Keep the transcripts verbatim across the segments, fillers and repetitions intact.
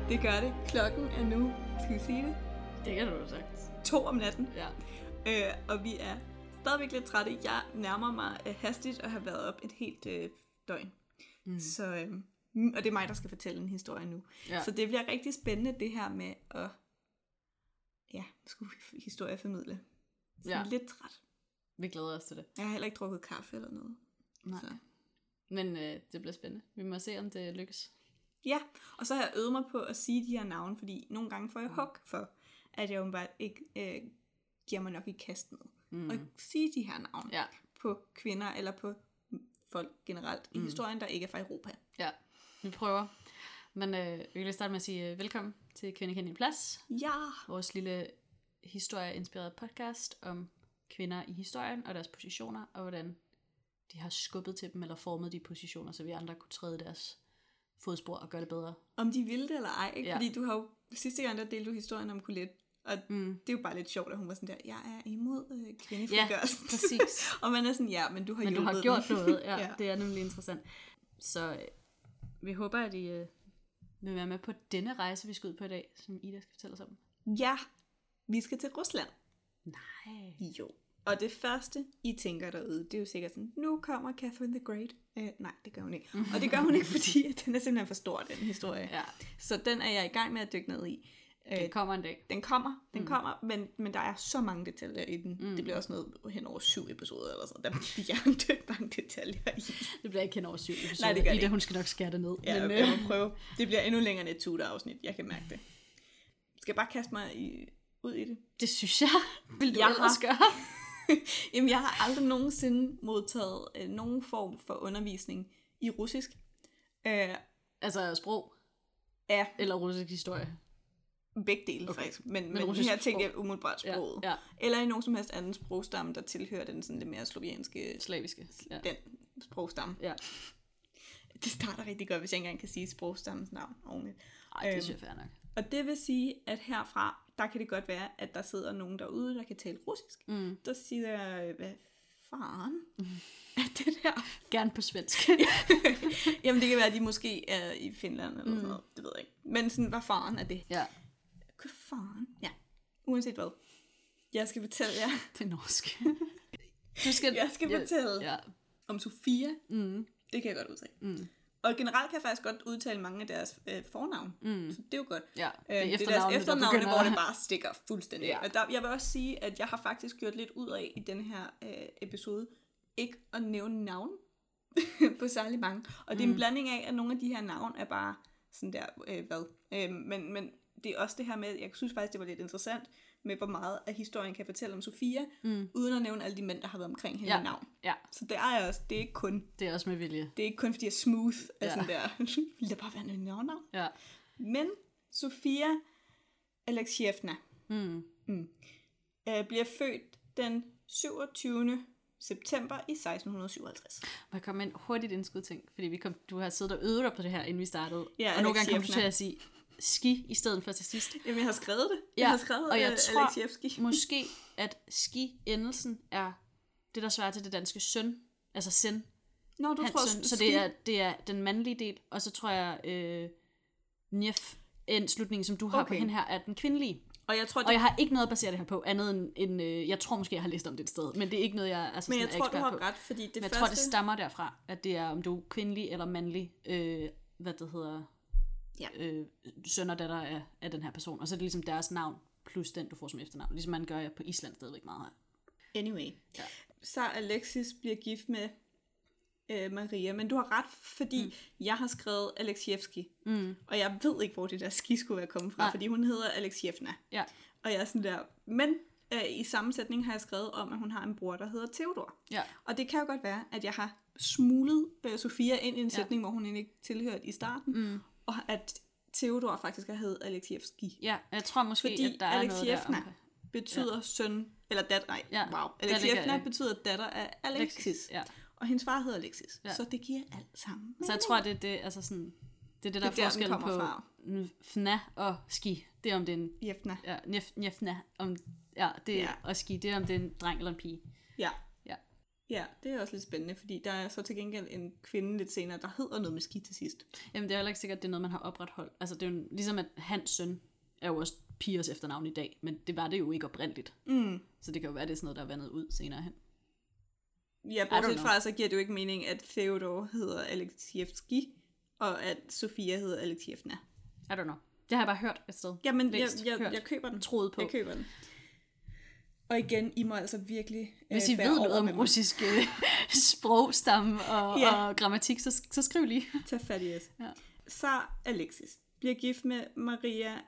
Det gør det. Klokken er nu, skal vi sige det? Det kan du jo sagt. To om natten. Ja. Øh, og vi er stadigvæk lidt trætte. Jeg nærmer mig øh, hastigt at have været op et helt øh, døgn. Mm. Så, øh, og det er mig, der skal fortælle en historie nu. Ja. Så det bliver rigtig spændende, det her med at ja, skulle historieformidle. Så ja. Lidt træt. Vi glæder os til det. Jeg har heller ikke drukket kaffe eller noget. Nej. Så. Men øh, det bliver spændende. Vi må se, om det lykkes. Ja, og så har jeg øvet mig på at sige de her navne, fordi nogle gange får jeg hug for, at jeg jo bare ikke øh, giver mig nok i kast med. Mm. Og sige de her navne ja. På kvinder eller på folk generelt i mm. historien, der ikke er fra Europa. Ja, vi prøver. Men øh, vi vil starte med at sige øh, velkommen til Kvinde Kende Din Plads. Ja. Vores lille historieinspireret podcast om kvinder i historien og deres positioner, og hvordan de har skubbet til dem eller formet de positioner, så vi andre kunne træde deres fodspor og gøre det bedre. Om de ville det eller ej, ikke? Ja. Fordi du har jo, sidste gang der delte du historien om Colette, og mm. det er jo bare lidt sjovt, at hun var sådan der, jeg er imod øh, kvindefrigørelsen. Ja, præcis. Og man er sådan, ja, men du har, men du har gjort noget. Ja, ja, det er nemlig interessant. Så øh, vi håber, at I øh, vil være med på denne rejse, vi skal ud på i dag, som Ida skal fortælle os om. Ja, vi skal til Rusland. Nej. Jo. Og det første, I tænker derude, det er jo sikkert sådan, nu kommer Catherine the Great. Uh, nej, det gør hun ikke. Og det gør hun ikke, fordi at den er simpelthen for stor, den historie. Ja. Så den er jeg i gang med at dykke ned i. Uh, den kommer en dag. Den kommer, den mm. kommer, men, men der er så mange detaljer i den. Mm. Det bliver også noget hen over syv episoder eller sådan. Der bliver hjerndødt mange detaljer i. Det bliver ikke hen over syv episoder. Nej, det gør Ida, det. hun skal nok skære det ned. Ja, men, jeg må prøve. Det bliver endnu længere end et tutor-afsnit, jeg kan mærke det. Skal jeg bare kaste mig i, ud i det? Det synes jeg. Vil du jeg ellers har... gøre? Jamen, jeg har aldrig nogensinde modtaget øh, nogen form for undervisning i russisk. Øh, altså sprog? Ja. Eller russisk historie? Begge dele, okay. Faktisk. Men, men, men her tænker jeg umiddelbart sproget. Ja, ja. Eller i nogen som helst anden sprogstamme, der tilhører den sådan lidt mere slovianske... Slaviske. Ja. Den sprogstamme. Ja. Det starter rigtig godt, hvis jeg ikke engang kan sige sprogstammens navn ordentligt. Ej, det synes jeg fair nok. Og det vil sige, at herfra, der kan det godt være, at der sidder nogen derude, der kan tale russisk. Mm. Der siger jeg, hvad faren mm. er det der? Gerne på svensk. Jamen det kan være, at de måske er i Finland eller mm. sådan noget. Det ved jeg ikke. Men sådan, hvad faren er det? Ja. Hvad faren? Ja. Uanset hvad. Jeg skal fortælle jer. Det er norsk. Du skal... Jeg skal fortælle ja. om Sofia. Mm. Det kan jeg godt udtale. Mm. Og generelt kan jeg faktisk godt udtale mange af deres øh, fornavn. Mm. Så det er jo godt. Ja, det, er det er deres efternavne, begynder... hvor det bare stikker fuldstændig. Ja. Og der, jeg vil også sige, at jeg har faktisk gjort lidt ud af i den her øh, episode, ikke at nævne navn på særlig mange. Og det er en mm. blanding af, at nogle af de her navn er bare sådan der, øh, hvad. Øh, men, men det er også det her med, jeg synes faktisk, det var lidt interessant, med hvor meget af historien kan fortælle om Sofia, mm. uden at nævne alle de mænd, der har været omkring hende ja. i navn. Ja. Så det er også, det er ikke kun... Det er også med vilje. Det er ikke kun, fordi jeg er smooth af ja. Sådan der, vil der bare være en navn? Ja. Men Sofia Alexievna mm. Mm, øh, bliver født den syvogtyvende september i seksten syvoghalvtreds. Må jeg komme med en hurtigt indskud ting? Fordi vi kom, du har siddet og øvet dig på det her, inden vi startede. Ja, og nogle gange kom du til at sige ski i stedet for til sidst. Jamen, jeg har skrevet det. Ja, jeg har skrevet og jeg tror Alexievski. måske, at ski-endelsen er det, der svarer til det danske søn. Altså sen. Nå, du tror, søn. Så det er, det er den mandlige del. Og så tror jeg, øh, njef, en slutning, som du har okay. på hende her, er den kvindelige. Og jeg, tror, det... og jeg har ikke noget at basere det her på, andet end, end øh, jeg tror måske, jeg har læst om det et sted. Men det er ikke noget, jeg er altså, men jeg sådan, tror, ekspert du har ret, fordi det men jeg første... tror, det stammer derfra, at det er, om du er kvindelig eller mandlig, øh, hvad det hedder... Ja. Øh, søn og datter af, af den her person. Og så er det ligesom deres navn, plus den, du får som efternavn. Ligesom man gør på Island stadigvæk meget her. Anyway. Ja. Så Alexis bliver gift med øh, Maria. Men du har ret, fordi mm. jeg har skrevet Alexievski. Mm. Og jeg ved ikke, hvor det der ski skulle være kommet fra. Nej. Fordi hun hedder Alexievna. Ja. Og jeg er sådan der... Men øh, i sammensætning har jeg skrevet om, at hun har en bror, der hedder Theodor. Ja. Og det kan jo godt være, at jeg har smuglet øh, Sofia ind i en sætning, ja. Hvor hun ikke tilhørte i starten. Mm. Og at Theodor faktisk har heddet Alexievski. Ja, jeg tror måske, fordi at der er noget der. Fordi okay. betyder ja. søn, eller datter, nej, ja. wow. Alexievna betyder datter af Alexis. Ja. Og hendes far hedder Alexis. Ja. Så det giver alt sammen mening. Så jeg tror, det er det, altså sådan, det er det, der det er forskellen på fra. Fna og ski. Det er om det er en... Jefna. Ja, njef, njefna. Om, ja, det er, ja. Og ski, det er om det er en dreng eller en pige. Ja. Ja. Ja, det er også lidt spændende, fordi der er så til gengæld en kvinde lidt senere, der hedder noget med ski til sidst. Jamen, det er heller ikke sikkert, at det er noget, man har opretholdt. Altså, det er jo ligesom, at hans søn er jo også pigers efternavn i dag, men det var det jo ikke oprindeligt. Mm. Så det kan jo være, det er sådan noget, der er vandet ud senere hen. Ja, bortset fra, så giver det jo ikke mening, at Theodor hedder Alexievski, og at Sofia hedder Alexievna. I don't know. Det har jeg bare hørt et sted. Jamen, jeg, jeg, jeg, jeg køber den. Troet på. Jeg køber den. Og igen, I må altså virkelig Hvis I øh, ved noget om russisk øh, sprogstamme og, ja. og grammatik, så, så skriv lige. Tag fat i os. Ja. Så Alexis bliver gift med Maria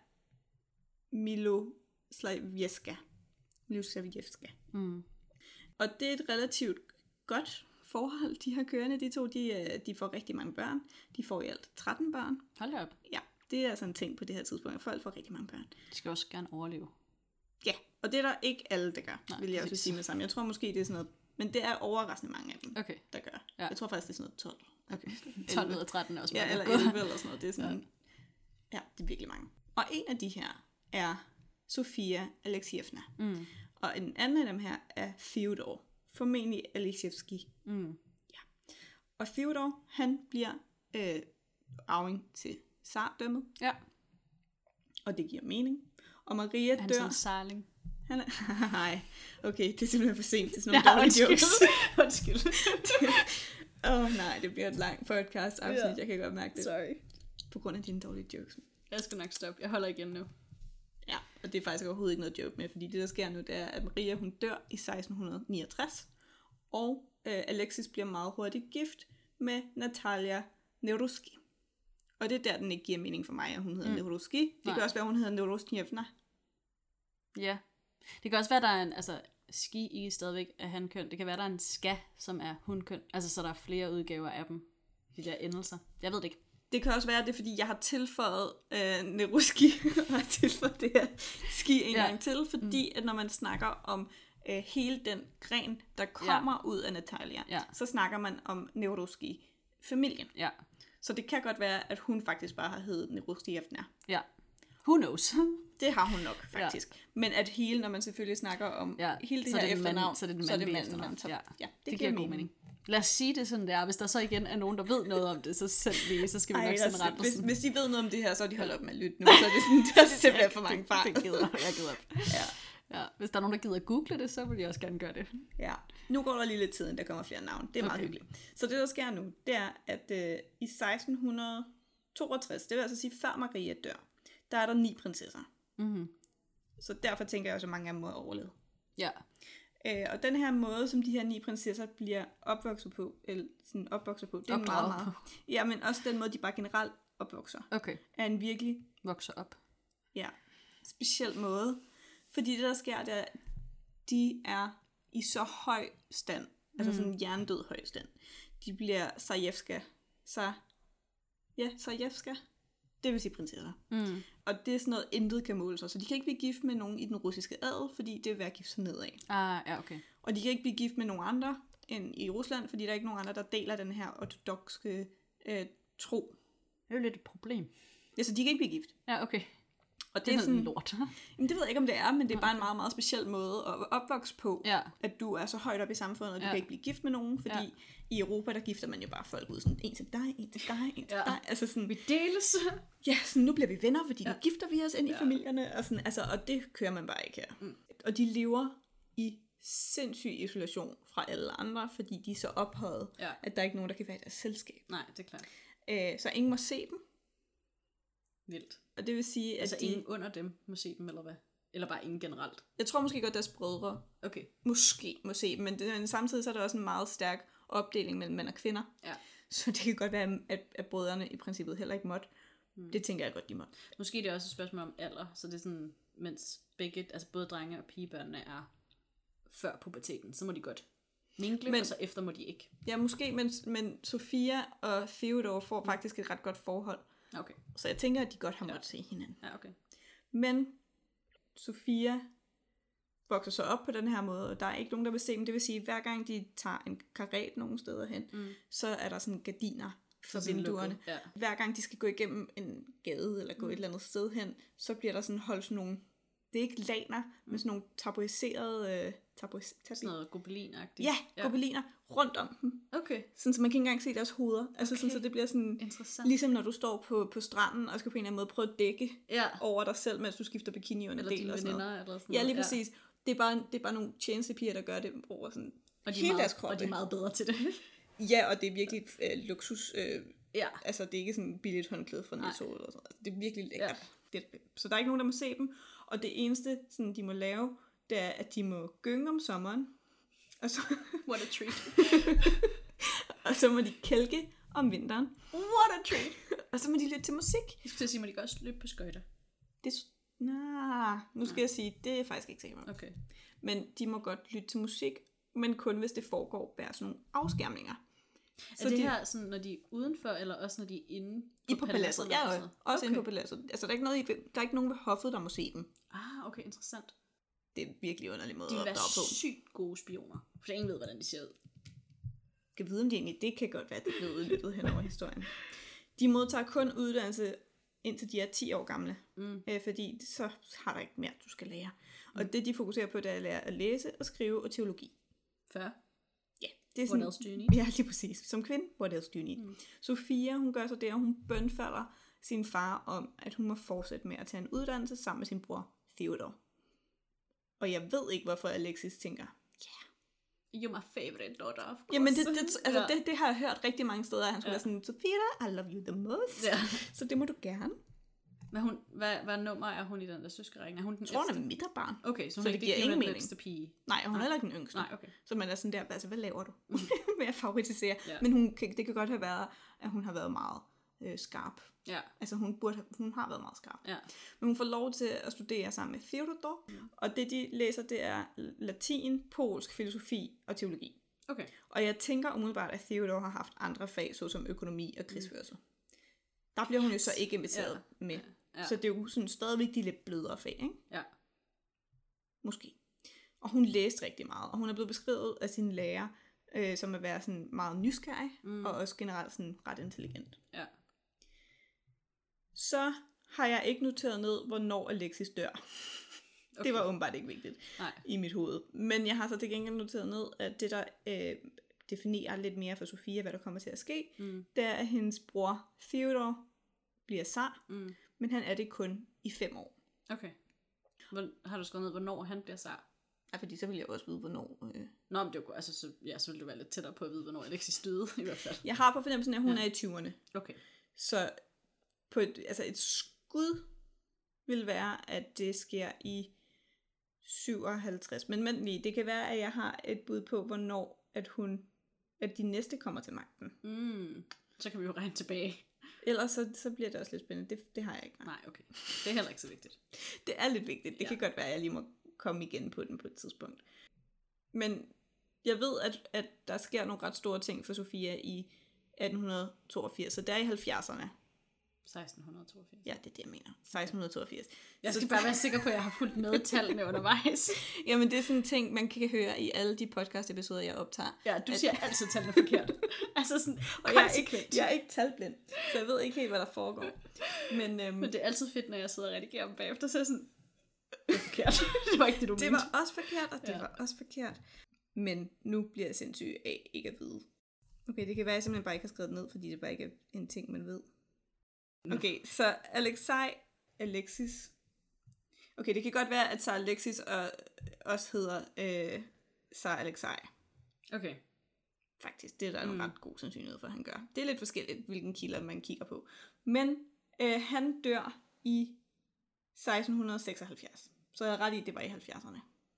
Miloslavieska. Miloslavieska. Mm. Og det er et relativt godt forhold, de har kørende. De to, de, de får rigtig mange børn. De får i alt tretten børn. Hold da op. Ja, det er altså en ting på det her tidspunkt, at folk får rigtig mange børn. De skal også gerne overleve. Ja, og det er der ikke alle, der gør, Nej, vil jeg også sige med sammen. Jeg tror måske, det er sådan noget, men det er overraskende mange af dem, okay. der gør. Ja. Jeg tror faktisk, det er sådan noget tolv. Okay, tolv ud af tretten er også mange. Ja, eller elleve eller sådan noget. Det er sådan, ja. ja, det er virkelig mange. Og en af de her er Sofia Alexievna. Mm. Og en anden af dem her er Theodor. Formentlig Alexievski. Mm. Ja. Og Theodor, han bliver øh, arving til tsardømmet. Ja. Og det giver mening. Og Maria han dør... Han er sarling. Han er... Nej, okay, det er simpelthen for sent til sådan nogle ja, dårlige jokes. Undskyld. Åh oh, nej, det bliver et langt podcast afsnit, yeah. Jeg kan godt mærke det. Sorry. På grund af dine dårlige jokes. Jeg skal nok stoppe, jeg holder igen nu. Ja, og det er faktisk overhovedet ikke noget joke med, fordi det der sker nu, det er, at Maria hun dør i seksten niogtres, og øh, Alexis bliver meget hurtigt gift med Natalia Neuruski. Og det er der, den ikke giver mening for mig, at hun hedder mm. Neuruski. Det Nej. Kan også være, at hun hedder Neurosnievna. Ja. Det kan også være, at der er en, altså, ski i stadigvæk er hankøn. Det kan være, der er en ska, som er hunkøn. Altså, så der er flere udgaver af dem. De der endelser. Jeg ved det ikke. Det kan også være, at det er, fordi jeg har tilføjet øh, Neuruski, og har tilføjet det her ski en ja. gang til, fordi mm. at når man snakker om øh, hele den gren, der kommer ja. ud af Natalia, ja. så snakker man om Neuruski-familien. Ja. Så det kan godt være, at hun faktisk bare har heddet Neuruskievna. Ja. Who knows? Det har hun nok, faktisk. Ja. Men at hele, når man selvfølgelig snakker om ja. hele det her det efternavn, mand, så er det den mandlige efternavn. Ja. ja, det, det giver god mening. mening. Lad os sige det sådan der. Hvis der så igen er nogen, der ved noget om det, så send lige, så skal vi Ej, nok sende ret. Hvis, hvis de ved noget om det her, så er de holdt op med at lytte nu. Så er det, sådan, det er simpelthen for mange fejl. Det gider jeg gider op. Ja. Ja. Hvis der er nogen, der gider at google det, så vil jeg også gerne gøre det. Ja. Nu går der lige lidt tid, inden der kommer flere navne. Det er okay. meget hyggeligt. Så det, der sker nu, det er, at øh, i seksten toogtres, det vil altså sige, før Maria dør, der er der ni prinsesser. Mm-hmm. Så derfor tænker jeg også, at mange af dem må overleve. Ja. Øh, og den her måde, som de her ni prinsesser bliver opvokset på, eller sådan opvokset på, det er meget, meget. Ja, men også den måde, de bare generelt opvokser. Okay. Er en virkelig... Vokser op. Ja, speciel måde. Fordi det, der sker, det er, de er i så høj stand, mm. altså sådan en hjernedød høj stand. De bliver Sajevska. Så, ja, Sajevska. Det vil sige prinsesser. Mm. Og det er sådan noget, intet kan måle sig. Så de kan ikke blive gift med nogen i den russiske adel, fordi det er ved at gifte sig nedad. Ah, ja, okay. Og de kan ikke blive gift med nogen andre end i Rusland, fordi der er ikke nogen andre, der deler den her ortodokske øh, tro. Det er jo lidt et problem. Ja, så de kan ikke blive gift. Ja, okay. Og det, det er sådan lort. Jamen, det ved jeg ikke, om det er, men det er bare en meget, meget speciel måde at opvokse på, ja. At du er så højt op i samfundet, og du ja. kan ikke blive gift med nogen, fordi ja. i Europa, der gifter man jo bare folk ud sådan, en til dig, en til dig, en til ja. dig. Altså sådan, vi deles. Ja, sådan, nu bliver vi venner, fordi ja. nu gifter vi os ind ja. i familierne, og, sådan, altså, og det kører man bare ikke her. Mm. Og de lever i sindssyg isolation fra alle andre, fordi de er så ophøjet, ja. at der er ikke nogen, der kan være i deres selskab. Nej, det er klart. Æ, så ingen må se dem. Vildt. Og det vil sige, at altså de... ingen under dem må se dem, eller hvad? Eller bare ingen generelt? Jeg tror måske godt, deres brødre okay. måske må se dem, men, det, men samtidig så er der også en meget stærk opdeling mellem mænd og kvinder. Ja. Så det kan godt være, at, at brødrene i princippet heller ikke måtte. Hmm. Det tænker jeg godt, de måtte. Måske er det også et spørgsmål om alder, så det er sådan, mens begge, altså både drenge og pigebørnene er før puberteten, så må de godt mingle, men, og så efter må de ikke. Ja, måske, men, men Sofia og Theodor får hmm. faktisk et ret godt forhold. Okay. Så jeg tænker, at de godt har måttet ja. se hinanden. Ja, okay. Men Sofia vokser så op på den her måde, og der er ikke nogen, der vil se dem. Det vil sige, at hver gang de tager en karet nogen steder hen, mm. så er der sådan gardiner for så vinduerne. Ja. Hver gang de skal gå igennem en gade, eller gå mm. et eller andet sted hen, så bliver der sådan holdt sådan nogle det er ikke laner, mm. men sådan nogle tabuiserede, øh, tabuis, tabu. Sådan noget gobelinagtigt. Ja, ja, gobeliner rundt om dem. Okay. Sådan, så man kan ikke engang se deres hoveder. Altså okay. Sådan, så det bliver sådan, ligesom når du står på, på stranden, og skal på en eller anden måde prøve at dække ja. over dig selv, mens du skifter bikini under del og sådan noget. Eller sådan ja, lige præcis. Ja. Det, er bare, det er bare nogle tjenestepiger, der gør det over sådan og de hele meget, deres krop. Og de er meget bedre til det. Ja, og det er virkelig øh, luksus. Øh, ja. Altså, det er ikke sådan billigt håndklæde fra Netto eller sådan noget. Altså, det er virkelig lækkert. Ja. Det, så der er ikke nogen, der må se dem. Og det eneste, sådan, de må lave, det er, at de må gynge om sommeren. Og så, what a treat. Og så må de kælke om vinteren. What a treat. Og så må de lytte til musik. Jeg skulle til at sige, at de kan også løbe på skøjter. Det, nah, nu skal Nej. jeg sige, det er faktisk ikke sikkert. Okay. Men de må godt lytte til musik, men kun hvis det foregår bag sådan nogle afskærmninger. Er så det de, her sådan, når de er udenfor, eller også når de er inde på, I på paladset? Ja, også, også okay. inde på paladset. Altså, der er, ikke noget, der er ikke nogen ved hoffet, der må se dem. Ah, okay, interessant. Det er en virkelig underlig måde de at opdrage på. De vil være sygt gode spioner, for ingen ved, hvordan de ser ud. Jeg kan vide, om de egentlig, det kan godt være, at det bliver udnyttet hen over historien. De modtager kun uddannelse, indtil de er ti år gamle. Mm. Øh, fordi så har der ikke mere, du skal lære. Mm. Og det, de fokuserer på, det er at lære at læse og skrive og teologi. Før? Ja. Det er sådan, what else do you need? Ja, lige præcis. Som kvinde, what else do you need? Mm. Sofia, hun gør så det, og hun bønfalder sin far om, at hun må fortsætte med at tage en uddannelse sammen med sin bror Theodor. Og jeg ved ikke, hvorfor Alexis tænker, yeah, you're my favorite daughter, of course. Jamen, det, det, altså, ja. det, det har jeg hørt rigtig mange steder, at han skulle ja. være sådan, Sofia, I love you the most. Ja. Så det må du gerne. Men hun, hvad, hvad nummer er hun i den der søskering? Er hun den jeg tror, hun er midterbarn. Okay, så hun så er det ikke giver ingen den mening. yngste pige. Nej, hun er heller ikke den yngste. Nej, okay. Så man er sådan der, altså, hvad laver du? Mm. Med at favoritisere. Ja. Men hun, det kan godt have været, at hun har været meget øh, skarp. Ja. Altså, hun, burde have, hun har været meget skarp. Ja. Men hun får lov til at studere sammen med Theodor. Mm. Og det, de læser, det er latin, polsk, filosofi og teologi. Okay. Og jeg tænker umiddelbart, at Theodor har haft andre fag, såsom økonomi og krigsførelse. Mm. Der bliver hun jo så ikke inviteret ja. med. Ja. Ja. Så det er jo sådan stadigvæk de lidt blødere fag, ikke? Ja. Måske. Og hun læste rigtig meget, og hun er blevet beskrevet af sin lærer, øh, som at være sådan meget nysgerrig, mm. og også generelt sådan ret intelligent. Ja. Så har jeg ikke noteret ned, hvornår Alexis dør. Okay. Det var åbenbart ikke vigtigt Nej. i mit hoved. Men jeg har så til gengæld noteret ned, at det der øh, definerer lidt mere for Sofia, hvad der kommer til at ske, mm. det er, at hendes bror Theodor bliver zar, mm. men han er det kun i fem år. Okay. Hvor, har du skrevet ned, hvornår han bliver zar? Ja, fordi så vil jeg også vide, hvornår... Øh... Nå, men det var, altså, så, ja, så ville du være lidt tættere på at vide, hvornår Alexis døde, i hvert fald. Jeg har på fornemmelsen, at hun ja. er i tyverne. Okay. Så på et, altså et skud vil være, at det sker i syvoghalvtreds. Men, men lige, det kan være, at jeg har et bud på, hvornår at hun, at de næste kommer til magten. Mm. Så kan vi jo regne tilbage. Ellers så, så bliver det også lidt spændende. Det, det har jeg ikke. Nej. Nej, okay. Det er heller ikke så vigtigt. Det er lidt vigtigt. Det ja. kan godt være, at jeg lige må komme igen på den på et tidspunkt. Men jeg ved, at, at der sker nogle ret store ting for Sofia i atten toogfirs, så det er i halvfjerdserne. seksten toogfirs. Ja, det er det, jeg mener. seksten toogfirs. Jeg skal så, bare være sikker på, at jeg har fulgt med tallene undervejs. Jamen, det er sådan en ting, man kan høre i alle de podcast-episoder, jeg optager. Ja, du at... siger altid tallene forkert. Altså sådan, og jeg er, ikke, jeg er ikke talblind, så jeg ved ikke helt, hvad der foregår. Men, øhm... Men det er altid fedt, når jeg sidder og redigerer dem bagefter, så er jeg sådan, det er forkert. Det var ikke det, du mente. Det var også forkert, og det ja. var også forkert. Men nu bliver jeg sindssyg af ikke at vide. Okay, det kan være, at jeg simpelthen bare ikke har skrevet det ned, fordi det bare ikke er en ting, man ved. Okay, så Alexei, Alexis. Okay, det kan godt være, at Tsar Alexis og, også hedder øh, Tsar Alexei. Okay. Faktisk, det er der mm. en ret god sandsynlighed for, at han gør. Det er lidt forskelligt, hvilken kilder man kigger på. Men øh, han dør i seksten seksoghalvfjerds. Så jeg er ret i, at det var i halvfjerdserne.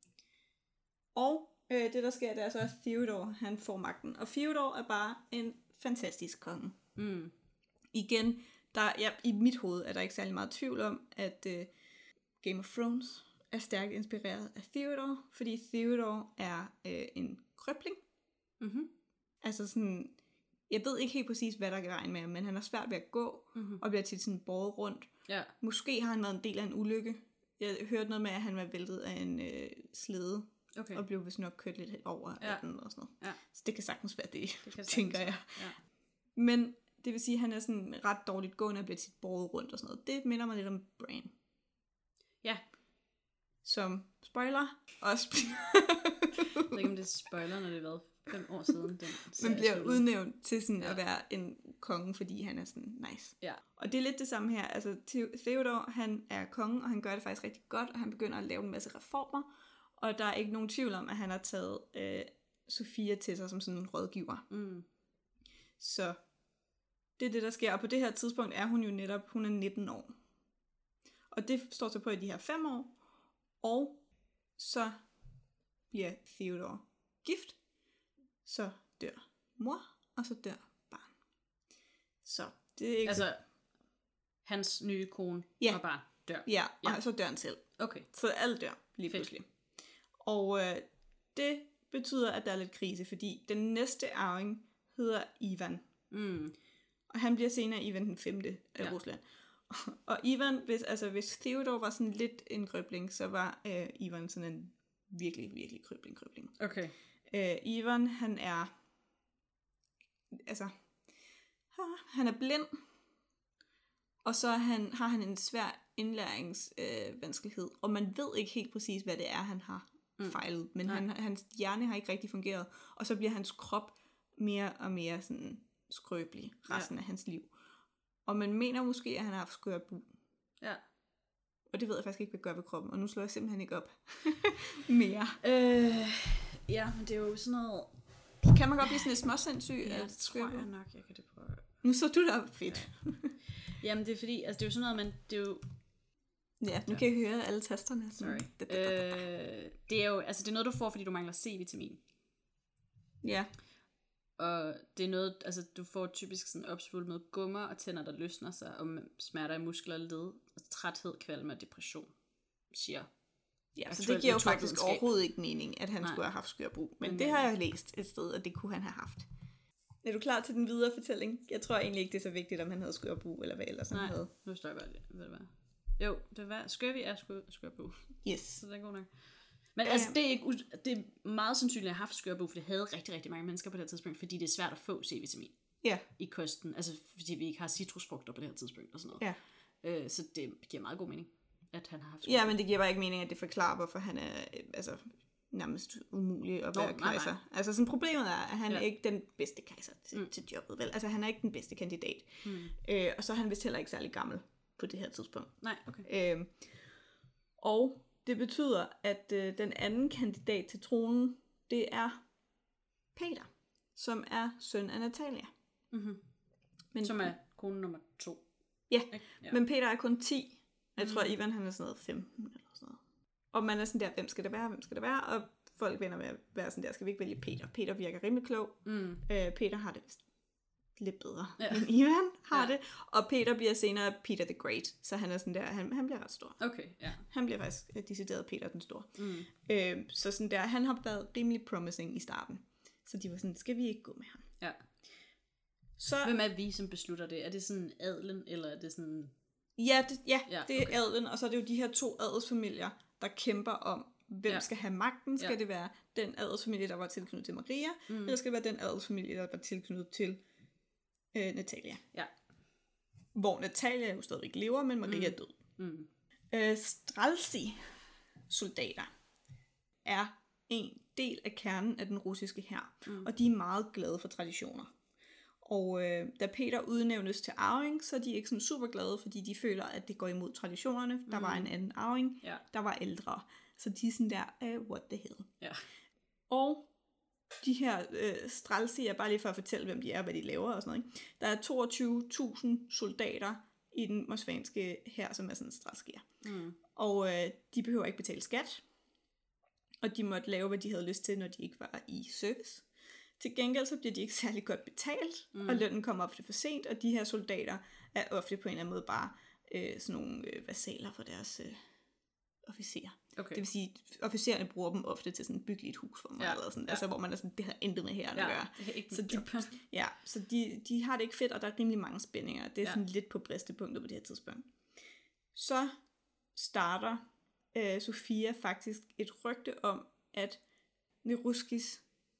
Og øh, det, der sker, det er så, at Theodor, han får magten. Og Theodor er bare en fantastisk konge. Mm. Igen, der, ja, i mit hoved er der ikke særlig meget tvivl om, at uh, Game of Thrones er stærkt inspireret af Theodor, fordi Theodor er uh, en krøbling. Mm-hmm. Altså sådan, jeg ved ikke helt præcis, hvad der kan vejen med ham, men han er svært ved at gå, mm-hmm. og bliver tit sådan båret rundt. Ja. Måske har han været en del af en ulykke. Jeg hørte noget med, at han var væltet af en uh, slede, okay. og blev vist nok kørt lidt over ja. af den og sådan noget. Ja. Så det kan sagtens være det, det tænker jeg. Ja. Men det vil sige, at han er sådan ret dårligt gående og bliver tit båret rundt og sådan noget. Det minder mig lidt om Bran. Ja. som spoiler også Jeg ved ikke, om det er spoiler, når det har været fem år siden. Den man bliver udnævnt til sådan ja. at være en konge, fordi han er sådan nice. Ja. Og det er lidt det samme her. Altså, Theodor, han er konge, og han gør det faktisk rigtig godt, og han begynder at lave en masse reformer. Og der er ikke nogen tvivl om, at han har taget øh, Sofia til sig som sådan en rådgiver. Mm. Så det er det, der sker. Og på det her tidspunkt er hun jo netop, hun er nitten år. Og det står så på i de her fem år. Og så bliver Theodor gift. Så dør mor, og så dør barn. Så det er ikke... Altså, hans nye kone ja. og barn dør. Ja, og ja. så dør han selv. Okay. Så alt dør lige Fedt. pludselig. Og øh, det betyder, at der er lidt krise, fordi den næste arving hedder Ivan. Mm. Og han bliver senere Ivan den femte af ja. Rusland. Og Ivan, hvis, altså, hvis Theodor var sådan lidt en krøbling, så var øh, Ivan sådan en virkelig, virkelig krøbling, krøbling. Okay. Øh, Ivan, han er, altså, han er blind, og så han, har han en svær indlæringsvanskelighed, øh, og man ved ikke helt præcis, hvad det er, han har mm. fejlet, men han, hans hjerne har ikke rigtig fungeret, og så bliver hans krop mere og mere sådan skrøbelig resten ja. af hans liv. Og man mener måske, at han har haft skørbu. Ja. Og det ved jeg faktisk ikke, hvad gør ved kroppen, og nu slår jeg simpelthen ikke op mere. Øh, ja, men det er jo sådan noget... Kan man godt blive sådan et småsindssyg? Ja, det tror jeg nok, jeg kan det prøve. Nu så du der fedt. Ja. Jamen, det er fordi, altså det er jo sådan noget, men det er jo... Ja, nu kan jeg høre alle tasterne. Sorry. Øh, det er jo, altså det er noget, du får, fordi du mangler C-vitamin. Ja. Og det er noget, altså du får typisk sådan opsvulmede gummer og tænder, der løsner sig, og smerter i muskler og led, og træthed, kvalme og depression, siger. Ja, så det giver jo faktisk overhovedet ikke mening, at han Nej. skulle have haft skørbrug. Men, Men det har jeg læst et sted, at det kunne han have haft. Er du klar til den videre fortælling? Jeg tror egentlig ikke, det er så vigtigt, om han havde skørbrug, eller hvad ellers han Nej, havde. nu står jeg bare lidt. Ved du hvad? Jo, det var skørvi er skørbrug. Yes. Så det er god nok. Men altså, det er, ikke, det er meget sandsynligt, at jeg har haft skørbrug, for det havde rigtig, rigtig mange mennesker på det her tidspunkt, fordi det er svært at få C-vitamin ja. i kosten. Altså, fordi vi ikke har citrusfrugter på det her tidspunkt og sådan noget. Ja. Øh, så det giver meget god mening, at han har haft skørbrug. Ja, men det giver bare ikke mening, at det forklarer, hvorfor han er altså, nærmest umulig at være Nå, kejser. Nej, nej. Altså, sådan problemet er, at han ja. er ikke den bedste kejser til, mm. til jobbet, vel? Altså, han er ikke den bedste kandidat. Mm. Øh, og så er han vist heller ikke særlig gammel på det her tidspunkt. Nej, okay. Øh, og det betyder, at øh, den anden kandidat til tronen, det er Peter, som er søn af Natalia. Mm-hmm. Men, som er kone nummer to. Ja, ja, men Peter er kun ti. Jeg tror, mm. Ivan han er sådan noget femten eller sådan noget. Og man er sådan der, hvem skal det være, hvem skal det være? Og folk vender med at være sådan der, skal vi ikke vælge Peter? Peter virker rimelig klog. Mm. Øh, Peter har det vist lidt bedre, ja. end Ivan har ja. det. Og Peter bliver senere Peter the Great, så han er sådan der, han, han bliver ret stor. Okay, ja. Han bliver faktisk decideret Peter den Store. Mm. Øh, så sådan der, han har været rimelig promising i starten. Så de var sådan, skal vi ikke gå med ham? Ja. Så, hvem er vi, som beslutter det? Er det sådan adelen, eller er det sådan... Ja, det, ja, ja det er okay. adelen, og så er det jo de her to adelsfamilier, der kæmper om, hvem ja. skal have magten. Skal ja. det være den adelsfamilie, der var tilknyttet til Maria, mm. eller skal det være den adelsfamilie, der var tilknyttet til øh, Natalia? Ja. Hvor Natalia jo stadigvæk lever, men Maria mm. er død. Mm. Øh, Stralsi soldater er en del af kernen af den russiske hær, mm. og de er meget glade for traditioner. Og øh, da Peter udnævnes til arving, så er de ikke sådan super glade, fordi de føler, at det går imod traditionerne. Der mm. var en anden arving, ja. der var ældre. Så de er sådan der, uh, what the hell. Ja. Og de her øh, Stralsi, er bare lige for at fortælle, hvem de er, hvad de laver og sådan noget. Ikke? Der er toogtyve tusind soldater i den moskvanske hær, som er sådan stralskier. Mm. Og øh, de behøver ikke betale skat. Og de måtte lave, hvad de havde lyst til, når de ikke var i service. Til gengæld så bliver de ikke særlig godt betalt, mm. og lønnen kommer ofte for sent, og de her soldater er ofte på en eller anden måde bare øh, sådan nogle øh, vasaler for deres øh, officerer. Okay. Det vil sige, officererne bruger dem ofte til sådan at bygge et hus for mig, ja. eller sådan, ja. altså hvor man er sådan, det har intet med herren ja, at gøre. Så, de, ja, så de, de har det ikke fedt, og der er rimelig mange spændinger. Det er ja. sådan lidt på bristepunktet på det her tidspunkt. Så starter øh, Sofia faktisk et rygte om, at Neruskis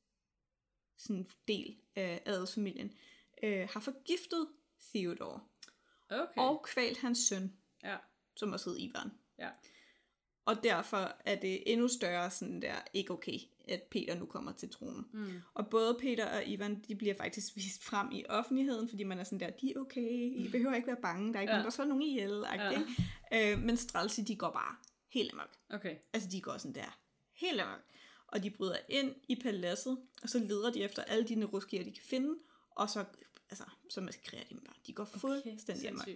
sådan del af adelsfamilien, øh, har forgiftet Theodor. Okay. Og kvalt hans søn, ja. som også hed Ivan. Ja. Og derfor er det endnu større sådan der, ikke okay, at Peter nu kommer til tronen. Mm. Og både Peter og Ivan, de bliver faktisk vist frem i offentligheden, fordi man er sådan der, de er okay, I behøver ikke være bange, der er ikke ja. nogen, der slår nogen ihjel. Ja. Øh, men Stralsi, de går bare helt amok. Okay. Altså, de går sådan der, helt amok. Og de bryder ind i paladset, og så leder de efter alle de neruskier, de kan finde, og så, altså, så massakrerer de dem bare. De går fuldstændig amok.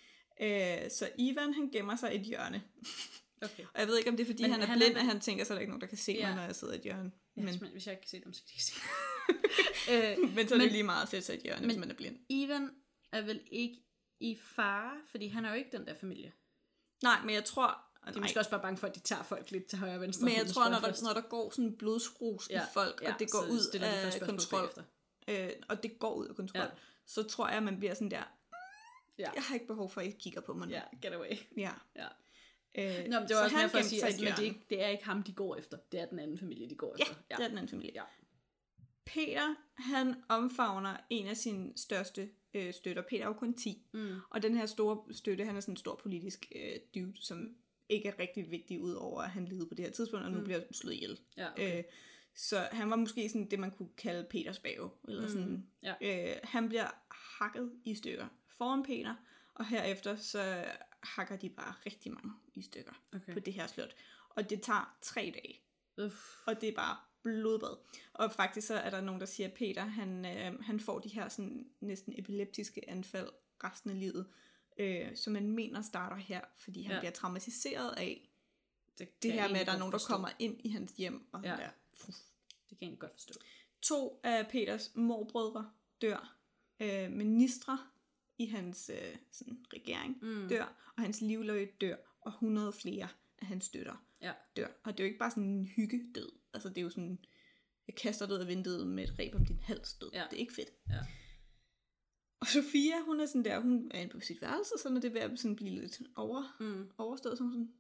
Øh, så Ivan, han gemmer sig i et hjørne. Okay. Og jeg ved ikke, om det er, fordi men han er han blind, er... at han tænker, så er der ikke nogen, der kan se ja. mig, når jeg sidder i et hjørne. Ja, men hvis jeg ikke kan se dem, så kan de ikke se øh, Men så er det men, lige meget at sætte sig i et hjørne, men hvis man er blind. Ivan er vel ikke i fare, fordi han er jo ikke den der familie. Nej, men jeg tror... De er måske også bare bange for, at de tager folk lidt til højre og venstre. Men jeg tror, når der, når der går sådan blodskrus ja. i folk, ja, og det går ud af kontrol, øh, og det går ud af kontrol, ja. så tror jeg, at man bliver sådan der, ja. jeg har ikke behov for, at I kigger på mig nu. Ja, get away. Ja. ja. Øh, Nå, men det var også mere for at sige, at det, er ikke, det er ikke ham, de går efter. Det er den anden familie, de går ja, efter. Ja, det er den anden familie. Ja. Peter, han omfavner en af sine største øh, støtter. Peter er jo kun ti. Mm. Og den her store støtte, han er sådan en stor politisk øh, dude, som ikke er rigtig vigtig, udover at han levede på det her tidspunkt, og nu mm. bliver slået ihjel. Ja, okay. øh, så han var måske sådan det, man kunne kalde Peters bave. Eller sådan. Mm. Ja. Øh, han bliver hakket i stykker foran Peter, og herefter så hakker de bare rigtig mange i stykker okay. på det her slot. Og det tager tre dage. Uff. Og det er bare blodbad. Og faktisk så er der nogen, der siger, at Peter, han, øh, han får de her sådan næsten epileptiske anfald resten af livet, øh, som man mener starter her, fordi han ja. bliver traumatiseret af det, det her med, at der er nogen, der kommer ind i hans hjem. Og ja. der. Det kan jeg godt forstå. To af Peters morbrødre dør. Øh, ministre i hans øh, sådan, regering mm. dør, og hans livløg dør, og hundrede flere af hans støtter ja. dør. Og det er jo ikke bare sådan en hyggedød. Altså det er jo sådan, jeg kaster dig ud af vinduet med et reb om din hals død. Ja. Det er ikke fedt. Ja. Og Sofia, hun er sådan der, hun er inde på sit værelse, så når det er ved at sådan blive lidt over, mm. overstået, så hun sådan,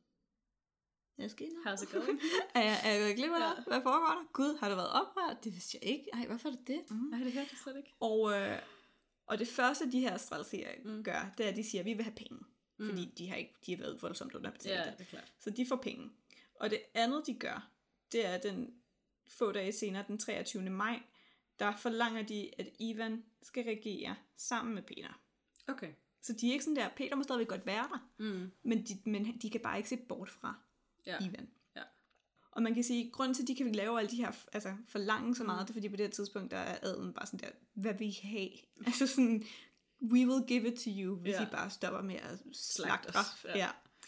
hvad sker der? How's it going? er, jeg, er jeg glemt ja. Hvad foregår der? Gud, har det været oprørt? Det vidste jeg ikke. Ej, hvorfor er det det? Mm. Nej, det hørte jeg slet ikke. Og, øh, og det første, de her Stralsier mm. gør, det er, at de siger, at vi vil have penge. Mm. Fordi de har, ikke, de har været voldsomt underbetalt. Ja, det er klart. Så de får penge. Og det andet, de gør, det er den få dage senere, den treogtyvende maj, der forlanger de, at Ivan skal regere sammen med Peter. Okay. Så de er ikke sådan der, Peter må stadigvæk godt være der, mm. men, de, men de kan bare ikke se bort fra ja. Ivan. Ja. Og man kan sige, at grunden til, at de kan lave alle de her, altså forlange så meget, mm. det er fordi på det her tidspunkt, der er adelen bare sådan der, hvad vil I have? Altså sådan, we will give it to you, hvis ja. I bare stopper med at slagte os. Ja.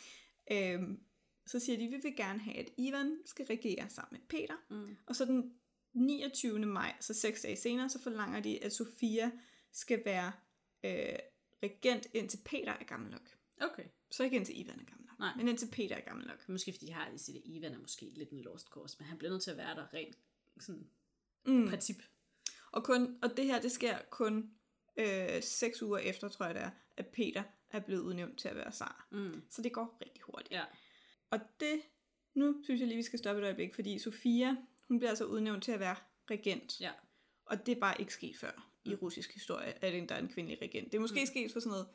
Ja. Øhm, så siger de, vi vil gerne have, at Ivan skal regere sammen med Peter, mm. og så den niogtyvende maj, så seks dage senere, så forlanger de, at Sofia skal være øh, regent indtil Peter er gammel nok. Okay. Så ikke indtil Ivan er gammel nok, nej. Men indtil Peter er gammel nok. Måske fordi jeg har lige set, at Ivan er måske lidt en lost cause, men han bliver nødt til at være der rent sådan mm. princip. Og, kun, og det her, det sker kun øh, seks uger efter, tror jeg det er, at Peter er blevet udnævnt til at være zar. Mm. Så det går rigtig hurtigt. Ja. Og det, nu synes jeg lige, vi skal stoppe et øjeblik, fordi Sofia, hun bliver altså udnævnt til at være regent. Ja. Og det er bare ikke sket før mm. i russisk historie, at der er en kvindelig regent. Det er måske mm. sket for sådan noget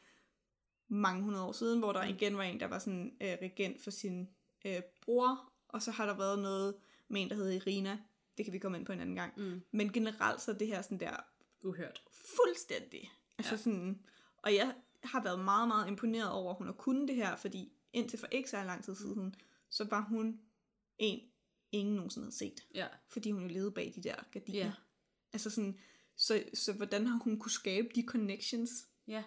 mange hundrede år siden, hvor der mm. igen var en, der var sådan øh, regent for sin øh, bror, og så har der været noget med en, der hedder Irina. Det kan vi komme ind på en anden gang. Mm. Men generelt så er det her sådan der uhørt. Fuldstændig. Altså ja. sådan, og jeg har været meget, meget imponeret over, at hun har kunnet det her, fordi indtil for ikke så lang tid siden, så var hun en, ingen nogensinde havde set. Ja. Fordi hun jo levede bag de der gardiner. Ja. Altså sådan, så, så hvordan har hun kunne skabe de connections ja.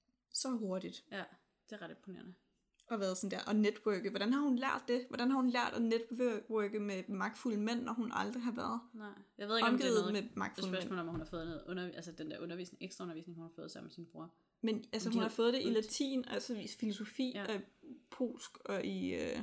så hurtigt? Ja, det er ret imponerende. Og været sådan der, og networke. Hvordan har hun lært det? Hvordan har hun lært at networke med magtfulde mænd, når hun aldrig har været Nej, jeg ved ikke, om det er noget, med magtfulde mænd. Spørgsmål om, hun har fået noget under, altså den der undervisning, ekstra undervisning, hun har fået sammen med sin bror. Men altså, hun har fået det i latin, altså i filosofi, ja. og polsk og i øh,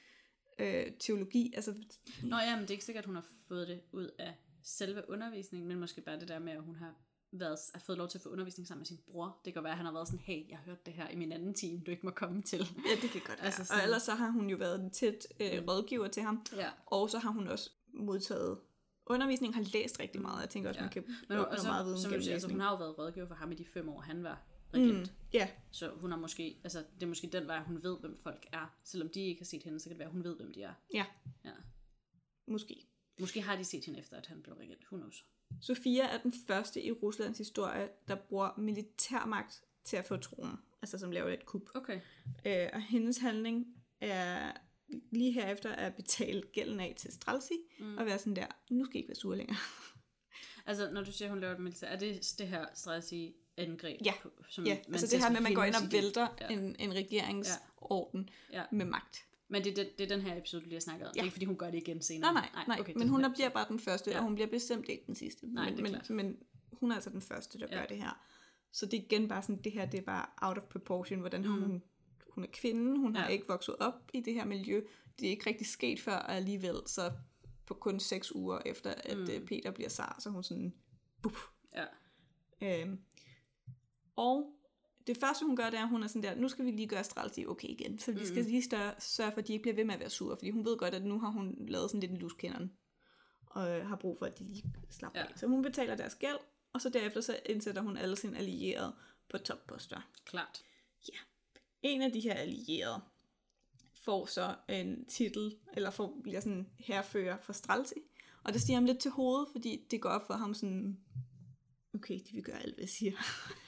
øh, teologi. Altså. Nå ja, men det er ikke sikkert, at hun har fået det ud af selve undervisningen, men måske bare det der med, at hun har været, har fået lov til at få undervisning sammen med sin bror. Det kan være, at han har været sådan, hey, jeg har hørt det her i min anden time, du ikke må komme til. Ja, det kan godt være. Altså, og ellers så har hun jo været en tæt øh, rådgiver til ham, ja. Og så har hun også modtaget undervisning, har læst rigtig meget. Jeg tænker også, ja. man kan men, og så, meget viden gennem læsning. Altså, hun har jo været rådgiver for ham i de fem år, han var regent. Mm, yeah. Så hun har måske, altså det er måske den vej, hun ved, hvem folk er. Selvom de ikke har set hende, så kan det være, hun ved, hvem de er. Ja. Ja. Måske. Måske har de set hende efter, at han blev regent. Who knows? Sofia er den første i Ruslands historie, der bruger militærmagt til at få tronen. Altså som laver et kup. Okay. Øh, og hendes handling er lige herefter at betale gælden af til Stralsi, mm. og være sådan der, nu skal I ikke være sure længere. Altså, når du siger, hun laver et militær, er det det her Stralsi angreb? Ja, på, som ja. man altså det her med, at man går ind og vælter ja. en, en regeringsorden ja. Ja. med magt. Men det er, det, det er den her episode, du lige har snakket om. Ja. Det er ikke, fordi hun gør det igen senere. Nej, nej, nej. Okay, men hun bliver bare den første, ja. og hun bliver bestemt ikke den sidste. Nej, men, det er men, klart. men hun er altså den første, der ja. gør det her. Så det er igen bare sådan, det her, det er bare out of proportion, hvordan mm. hun, hun er kvinde, hun ja. har ikke vokset op i det her miljø, det er ikke rigtig sket før, og alligevel så på kun seks uger efter, at mm. Peter bliver zar, så hun sådan, buff. Ja. Øhm, og det første, hun gør, det er, at hun er sådan der, nu skal vi lige gøre Stralsi okay igen, så vi mm. skal lige større, sørge for, at de ikke bliver ved med at være sure, fordi hun ved godt, at nu har hun lavet sådan lidt en luskenderen, og øh, har brug for, at de lige slapper ja. af. Så hun betaler deres gæld, og så derefter så indsætter hun alle sine allierede på topposter. Klart. Ja. En af de her allierede får så en titel, eller får, bliver sådan herfører for Stralsi, og det stiger ham lidt til hovedet, fordi det går op for ham sådan, okay, de vil gøre alt, hvad jeg siger.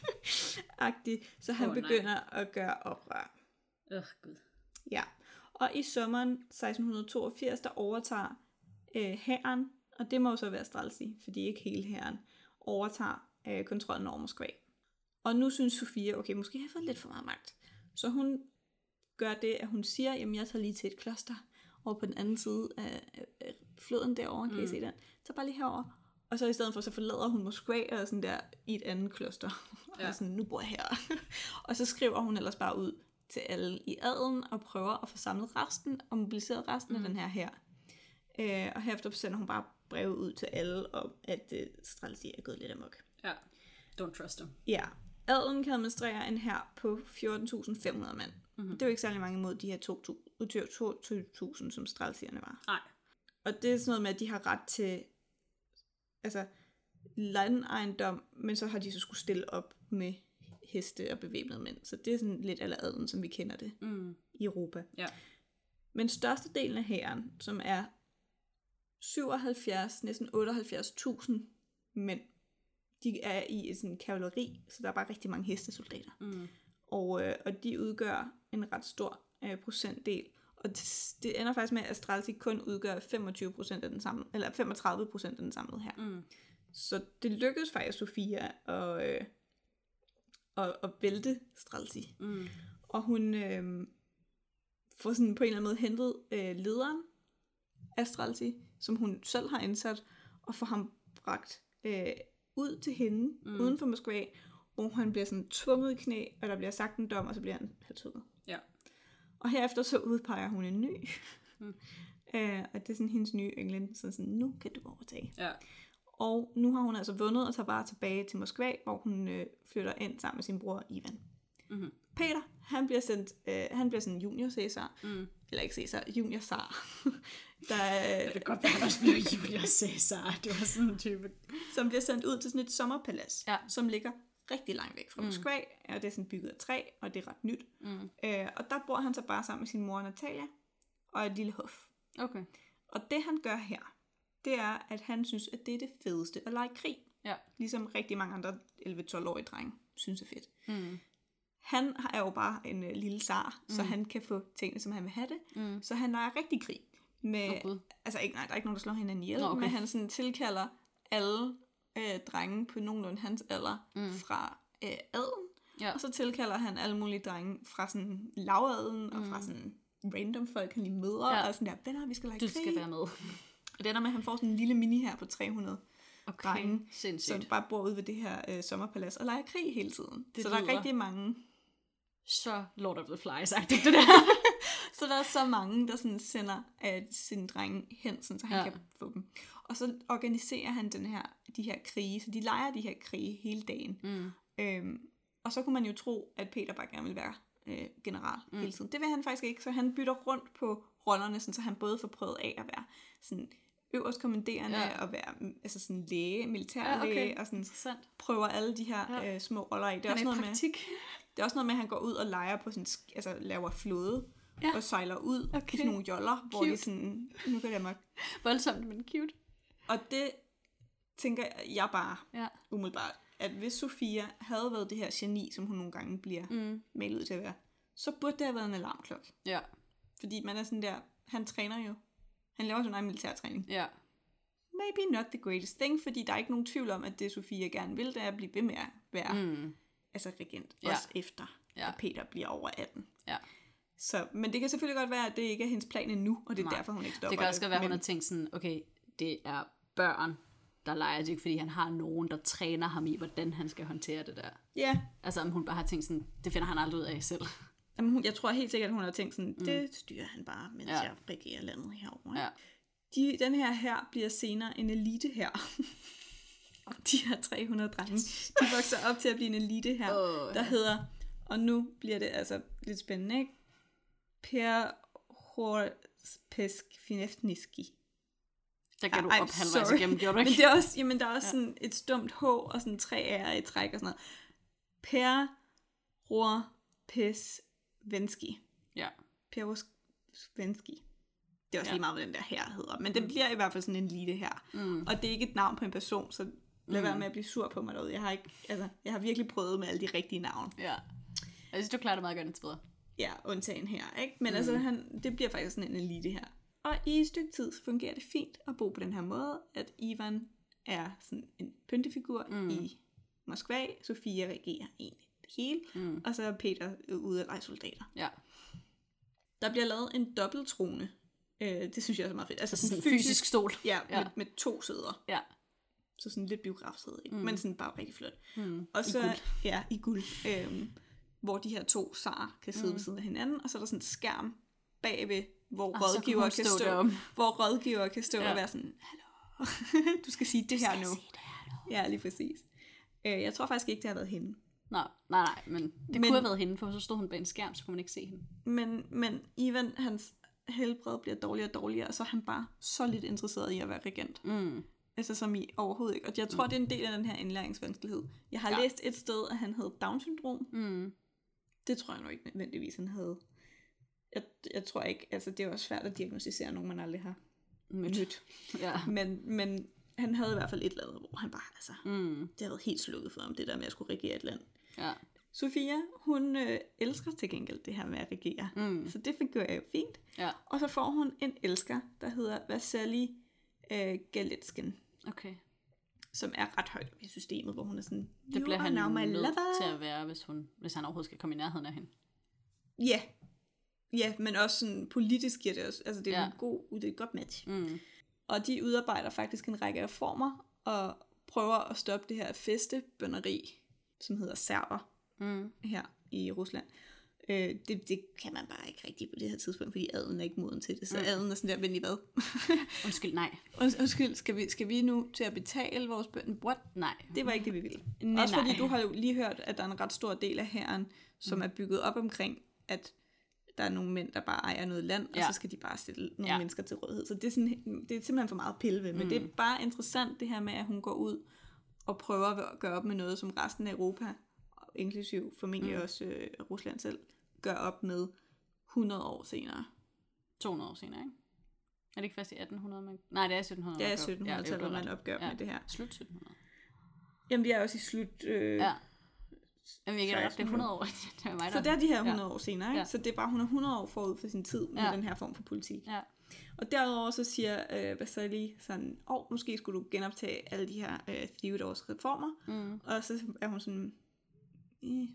Agtigt. Så han oh, begynder nej. at gøre oprør. Åh, oh, gud. Ja. Og i sommeren seksten toogfirs, der overtager øh, hæren, og det må jo så være Stralsi, fordi ikke hele hæren, overtager øh, kontrollen over Moskva. Og nu synes Sofia, okay, måske har jeg fået lidt for meget magt. Så hun gør det, at hun siger, jamen jeg tager lige til et kloster over på den anden side af, af, af floden derovre, kan mm. I se den? Så bare lige herover. Og så i stedet for, så forlader hun Moskva og sådan der i et andet kloster. Ja. Og sådan, nu bor jeg her. Og så skriver hun ellers bare ud til alle i adelen og prøver at få samlet resten og mobiliseret resten mm. af den her her. Øh, og herefter sender hun bare breve ud til alle om, at øh, Stralsi er gået lidt amok. Ja, don't trust them. Ja, adelen kan administrere en her på fjorten tusind fem hundrede mand. Mm-hmm. Det er jo ikke særlig mange imod de her to tusind, som Stralsierne var. Nej. Og det er sådan noget med, at de har ret til altså landejendom, men så har de så skulle stille op med heste og bevæbnede mænd. Så det er sådan lidt aller adelen, som vi kender det mm. i Europa. Ja. Men størstedelen af hæren, som er syvoghalvfjerds, næsten otteoghalvfjerds tusind mænd, de er i sådan en kavaleri, så der er bare rigtig mange hestesoldater. Mm. Og, øh, og de udgør en ret stor øh, procentdel. Og det, det ender faktisk med, at Stralsi kun udgør femogtyve procent af den samlede, eller femogtredive procent af den samlede her. Mm. Så det lykkedes faktisk Sofia at, øh, at, at vælte Stralsi. Mm. Og hun øh, får sådan på en eller anden måde hentet øh, lederen af Stralsi, som hun selv har indsat, og får ham bragt øh, ud til hende, mm. uden for Moskva, og han bliver sådan tvunget i knæ, og der bliver sagt en dom, og så bliver han halshugget. Ja. Og herefter så udpeger hun en ny. Mm. øh, og det er sådan hendes nye yndling, så sådan, nu kan du overtage. Ja. Og nu har hun altså vundet og tager bare tilbage til Moskva, hvor hun øh, flytter ind sammen med sin bror Ivan. Mm-hmm. Peter, han bliver sendt, øh, han bliver sådan junior Cæsar, mm. eller ikke Cæsar, junior Zar. Der, det kan godt være, at også bliver junior Cæsar. Det var sådan en type. Som bliver sendt ud til sådan et sommerpalads, ja. Som ligger rigtig langt væk fra Moskva, mm. og det er sådan bygget af træ, og det er ret nyt. Mm. Øh, og der bor han så bare sammen med sin mor Natalia, og et lille hof. Okay. Og det han gør her, det er, at han synes, at det er det fedeste at lege krig. Ja. Ligesom rigtig mange andre elleve-tolv-årige drenge synes er fedt. Mm. Han er jo bare en uh, lille zar, mm. så han kan få tingene, som han vil have det. Mm. Så han leger rigtig krig. Med, oh, altså ikke, nej, der er ikke nogen, der slår hinanden ihjel, okay. Men han sådan tilkalder alle øh, drenge på nogenlunde hans alder mm. fra øh, adelen. Ja. Og så tilkalder han alle mulige drenge fra sådan lavadelen, mm. og fra sådan random folk, han lige møder, ja. Og sådan der, venner, vi skal lege krig. Du skal være med. Og det ender med, at han får sådan en lille mini her på tre hundrede okay. drenge, sindssygt. Som bare bor ude ved det her øh, sommerpalads og leger krig hele tiden. Det så der er rigtig mange. Så Lord of the Flies-agtigt det der. Så der er så mange, der sådan sender øh, sine drenge hen, sådan, så han ja. Kan få dem. Og så organiserer han den her, de her krige, så de leger de her krige hele dagen. Mm. Øhm, og så kunne man jo tro, at Peter bare gerne vil være øh, general mm. hele tiden. Det vil han faktisk ikke, så han bytter rundt på rollerne, sådan, så han både får prøvet af at være sådan øverst kommanderende ja. og være altså sådan læge, militærlæge, ja, okay. og sådan prøver alle de her ja. øh, små roller i. Det er, også noget med, det er også noget med, at han går ud og leger på sådan, altså laver flåde, ja. og sejler ud okay. i sådan nogle joller, cute. Hvor de sådan, nu går det amok. Voldsomt, men cute. Og det tænker jeg bare, ja. umiddelbart, at hvis Sofia havde været det her geni, som hun nogle gange bliver mm. malet ud til at være, så burde det have været en alarmklokke. Ja. Fordi man er sådan der, han træner jo. Han laver sådan en militærtræning. Ja. Maybe not the greatest thing, fordi der er ikke nogen tvivl om, at det Sofia gerne vil, det er at blive ved med at være mm. altså regent. Ja. Også efter, ja. at Peter bliver over atten. Ja. Så, men det kan selvfølgelig godt være, at det ikke er hendes plan endnu, og det er Nej. derfor, hun ikke stopper det. Det kan også godt være, at hun har tænkt sådan, okay, det er børn, der leger det, fordi han har nogen, der træner ham i, hvordan han skal håndtere det der. Ja. Yeah. Altså om hun bare har tænkt sådan, det finder han aldrig ud af selv. Jamen, hun, jeg tror helt sikkert, at hun har tænkt sådan, mm. det styrer han bare, mens ja. jeg regerer landet herovre. Ja. De, den her her bliver senere en elite her. De her tre hundrede drenge, de vokser op til at blive en elite her, oh, der ja. hedder, og nu bliver det altså lidt spændende, ikke? Per Horpesk-Finefniski. Der kan du op halvvejs igennem, gjorde du ikke? Men det er også, jamen, der er også ja. sådan et stumt H og sådan tre R'er i træk og sådan noget. Per Horpesk-Venski. Ja. Per Horpesk-Venski. Det er også ja. lige meget, hvad den der her hedder. Men den mm. bliver i hvert fald sådan en elite her. Mm. Og det er ikke et navn på en person, så lad mm. være med at blive sur på mig derude. Jeg har, ikke, altså, jeg har virkelig prøvet med alle de rigtige navne. Ja. Jeg synes, du klarer det meget godt indtil videre. Ja, undtagen her, ikke? Men mm. altså, han, det bliver faktisk sådan en elite her. Og i et stykke tid, så fungerer det fint at bo på den her måde, at Ivan er sådan en pyntefigur mm. i Moskva. Sofia regerer egentlig det hele. Mm. Og så er Peter ude at lege soldater. Ja. Der bliver lavet en dobbelttrone. Øh, det synes jeg også er meget fedt. Altså sådan en fysisk, fysisk stol. Ja, ja. Med, med to sæder. Ja. Så sådan lidt biografsæde, ikke? Mm. Men sådan bare rigtig flot. Mm. Og så, I guld. Ja, i guld. Øhm, hvor de her to zarer kan sidde mm. ved siden af hinanden. Og så er der sådan en skærm bagved, hvor og rådgiver kan stå, kan stå hvor rådgiver kan stå ja. og være sådan, hallo, du skal sige det her nu. Det her nu. Ja, lige præcis. Øh, jeg tror faktisk ikke, det har været hende. Nej, nej, nej, men det men, kunne have været hende, for så stod hun bag en skærm, så kunne man ikke se hende. Men, men Ivan, hans helbred bliver dårligere og dårligere, og så er han bare så lidt interesseret i at være regent. Mm. Altså som i overhovedet ikke. Og jeg tror, mm. det er en del af den her indlæringsvanskelighed. Jeg har ja. læst et sted, at han havde Down-syndrom. Mm. Det tror jeg nok ikke nødvendigvis, han havde. Jeg, jeg tror ikke, altså det er også svært at diagnostisere nogen, man aldrig har mødt. mødt. Ja. Men, men han havde i hvert fald et eller andet, hvor han bare, altså, mm. det har været helt slukket for ham, det der med at skulle regere et land. Ja. Sofia, hun øh, elsker til gengæld det her med at regere. Mm. Så det gør jeg jo fint. Ja. Og så får hun en elsker, der hedder Vasily øh, Galetskin. Okay. Som er ret højt i systemet, hvor hun er sådan, det bliver han nødt til at være, hvis, hun, hvis han overhovedet skal komme i nærheden af hende. Ja. Ja, men også sådan politisk giver det også, altså det er ja. en god, det er et godt match. Mm. Og de udarbejder faktisk en række reformer, og prøver at stoppe det her festebønneri, som hedder serber, mm. her i Rusland. Øh, det, det kan man bare ikke rigtig på det her tidspunkt, fordi adelen er ikke moden til det. Så mm. adelen er sådan der, venlig hvad? Undskyld, nej. Und, undskyld, skal vi, skal vi nu til at betale vores bøn? What? Nej. Det var ikke det, vi ville. Nej, også fordi nej. du har jo lige hørt, at der er en ret stor del af hæren, som mm. er bygget op omkring, at der er nogle mænd, der bare ejer noget land, ja. og så skal de bare stille nogle ja. mennesker til rådighed. Så det er, sådan, det er simpelthen for meget pille ved. Men mm. det er bare interessant det her med, at hun går ud og prøver at gøre op med noget, som resten af Europa, inklusiv formentlig mm. også øh, Rusland selv, gør op med hundrede år senere. to hundrede år senere, ikke? Er det ikke først i atten hundrede? Man... Nej, det er sytten hundrede. Det er sytten hundrede-tallet, ja, man opgør ja. med det her. Slut sytten hundrede. Jamen, vi er også i slut... Øh, ja. Jamen, jeg kan det er hundrede år. Det er mig, så det er de her hundrede ja. år senere, ikke? Ja. Så det er bare, hun er hundrede år forud for sin tid med ja. den her form for politik. Ja. Og derudover så siger øh, Vasily sådan, åh, oh, måske skulle du genoptage alle de her øh, Theodors reformer. Mm. Og så er hun sådan, eh.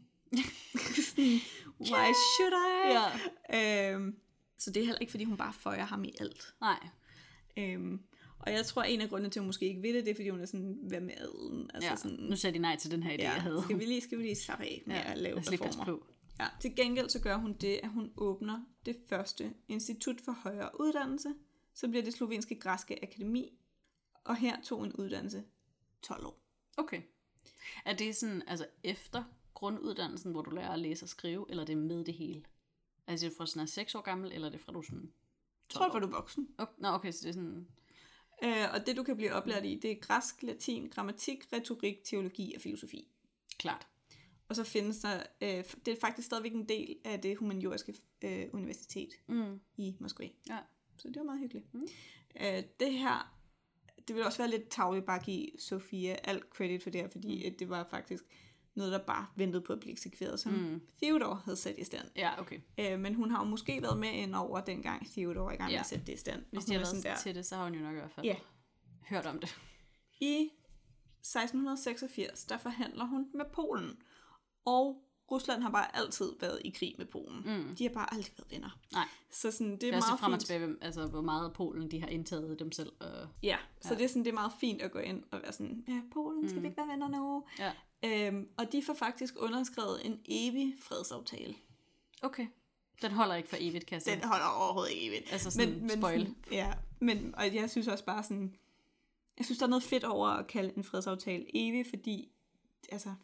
sådan why should I? Ja. Øhm, så det er heller ikke, fordi hun bare føjer ham i alt. Nej. Øhm, og jeg tror, en af grundene til, at hun måske ikke vil det, det er, fordi hun er sådan, hvad med adelen? Altså ja, sådan, nu sagde de nej til den her idé, ja, jeg havde. Skal vi lige, skal vi lige slappe af med ja, at lave reformer? På. Ja. Til gengæld så gør hun det, at hun åbner det første institut for højere uddannelse, så bliver det slovenske græske akademi, og her tog en uddannelse tolv år. Okay. Er det sådan, altså efter grunduddannelsen, hvor du lærer at læse og skrive, eller er det med det hele? Altså er det fra sådan seks år gammel, eller er det fra du sådan tolv år? Jeg tror, fra du er voksen. Okay. Nå, okay, så det er sådan... Uh, og det, du kan blive oplært i, det er græsk, latin, grammatik, retorik, teologi og filosofi. Klart. Og så findes der, uh, det er faktisk stadigvæk en del af det humanioriske uh, universitet mm. i Moskva. Ja. Så det var meget hyggeligt. Mm. Uh, det her, det vil også være lidt tarveligt bare at give Sofia alt credit for det her, fordi mm. det var faktisk noget, der bare ventede på at blive eksekveret, som mm. Theodor havde sat i stand. Ja, okay. Uh, men hun har jo måske været med ind over dengang Theodor var i gang med ja. at sætte det i stand. Hvis de har været der til det, så har hun jo nok i hvert fald ja. hørt om det. I seksten seksogfirs, der forhandler hun med Polen. Og Rusland har bare altid været i krig med Polen. Mm. De har bare aldrig været venner. Nej. Så sådan, det er, det er meget også frem og fint. tilbage, altså hvor meget Polen de har indtaget dem selv. Og... Ja, så ja. det er sådan, det er meget fint at gå ind og være sådan, ja, Polen, skal mm. vi ikke være venner nu? Ja. Øhm, og de får faktisk underskrevet en evig fredsaftale. Okay. Den holder ikke for evigt, kan jeg sige. Den holder overhovedet ikke evigt. Altså sådan men, men spoil. Sådan, ja, men og jeg synes også bare sådan, jeg synes der er noget fedt over at kalde en fredsaftale evig, fordi, altså,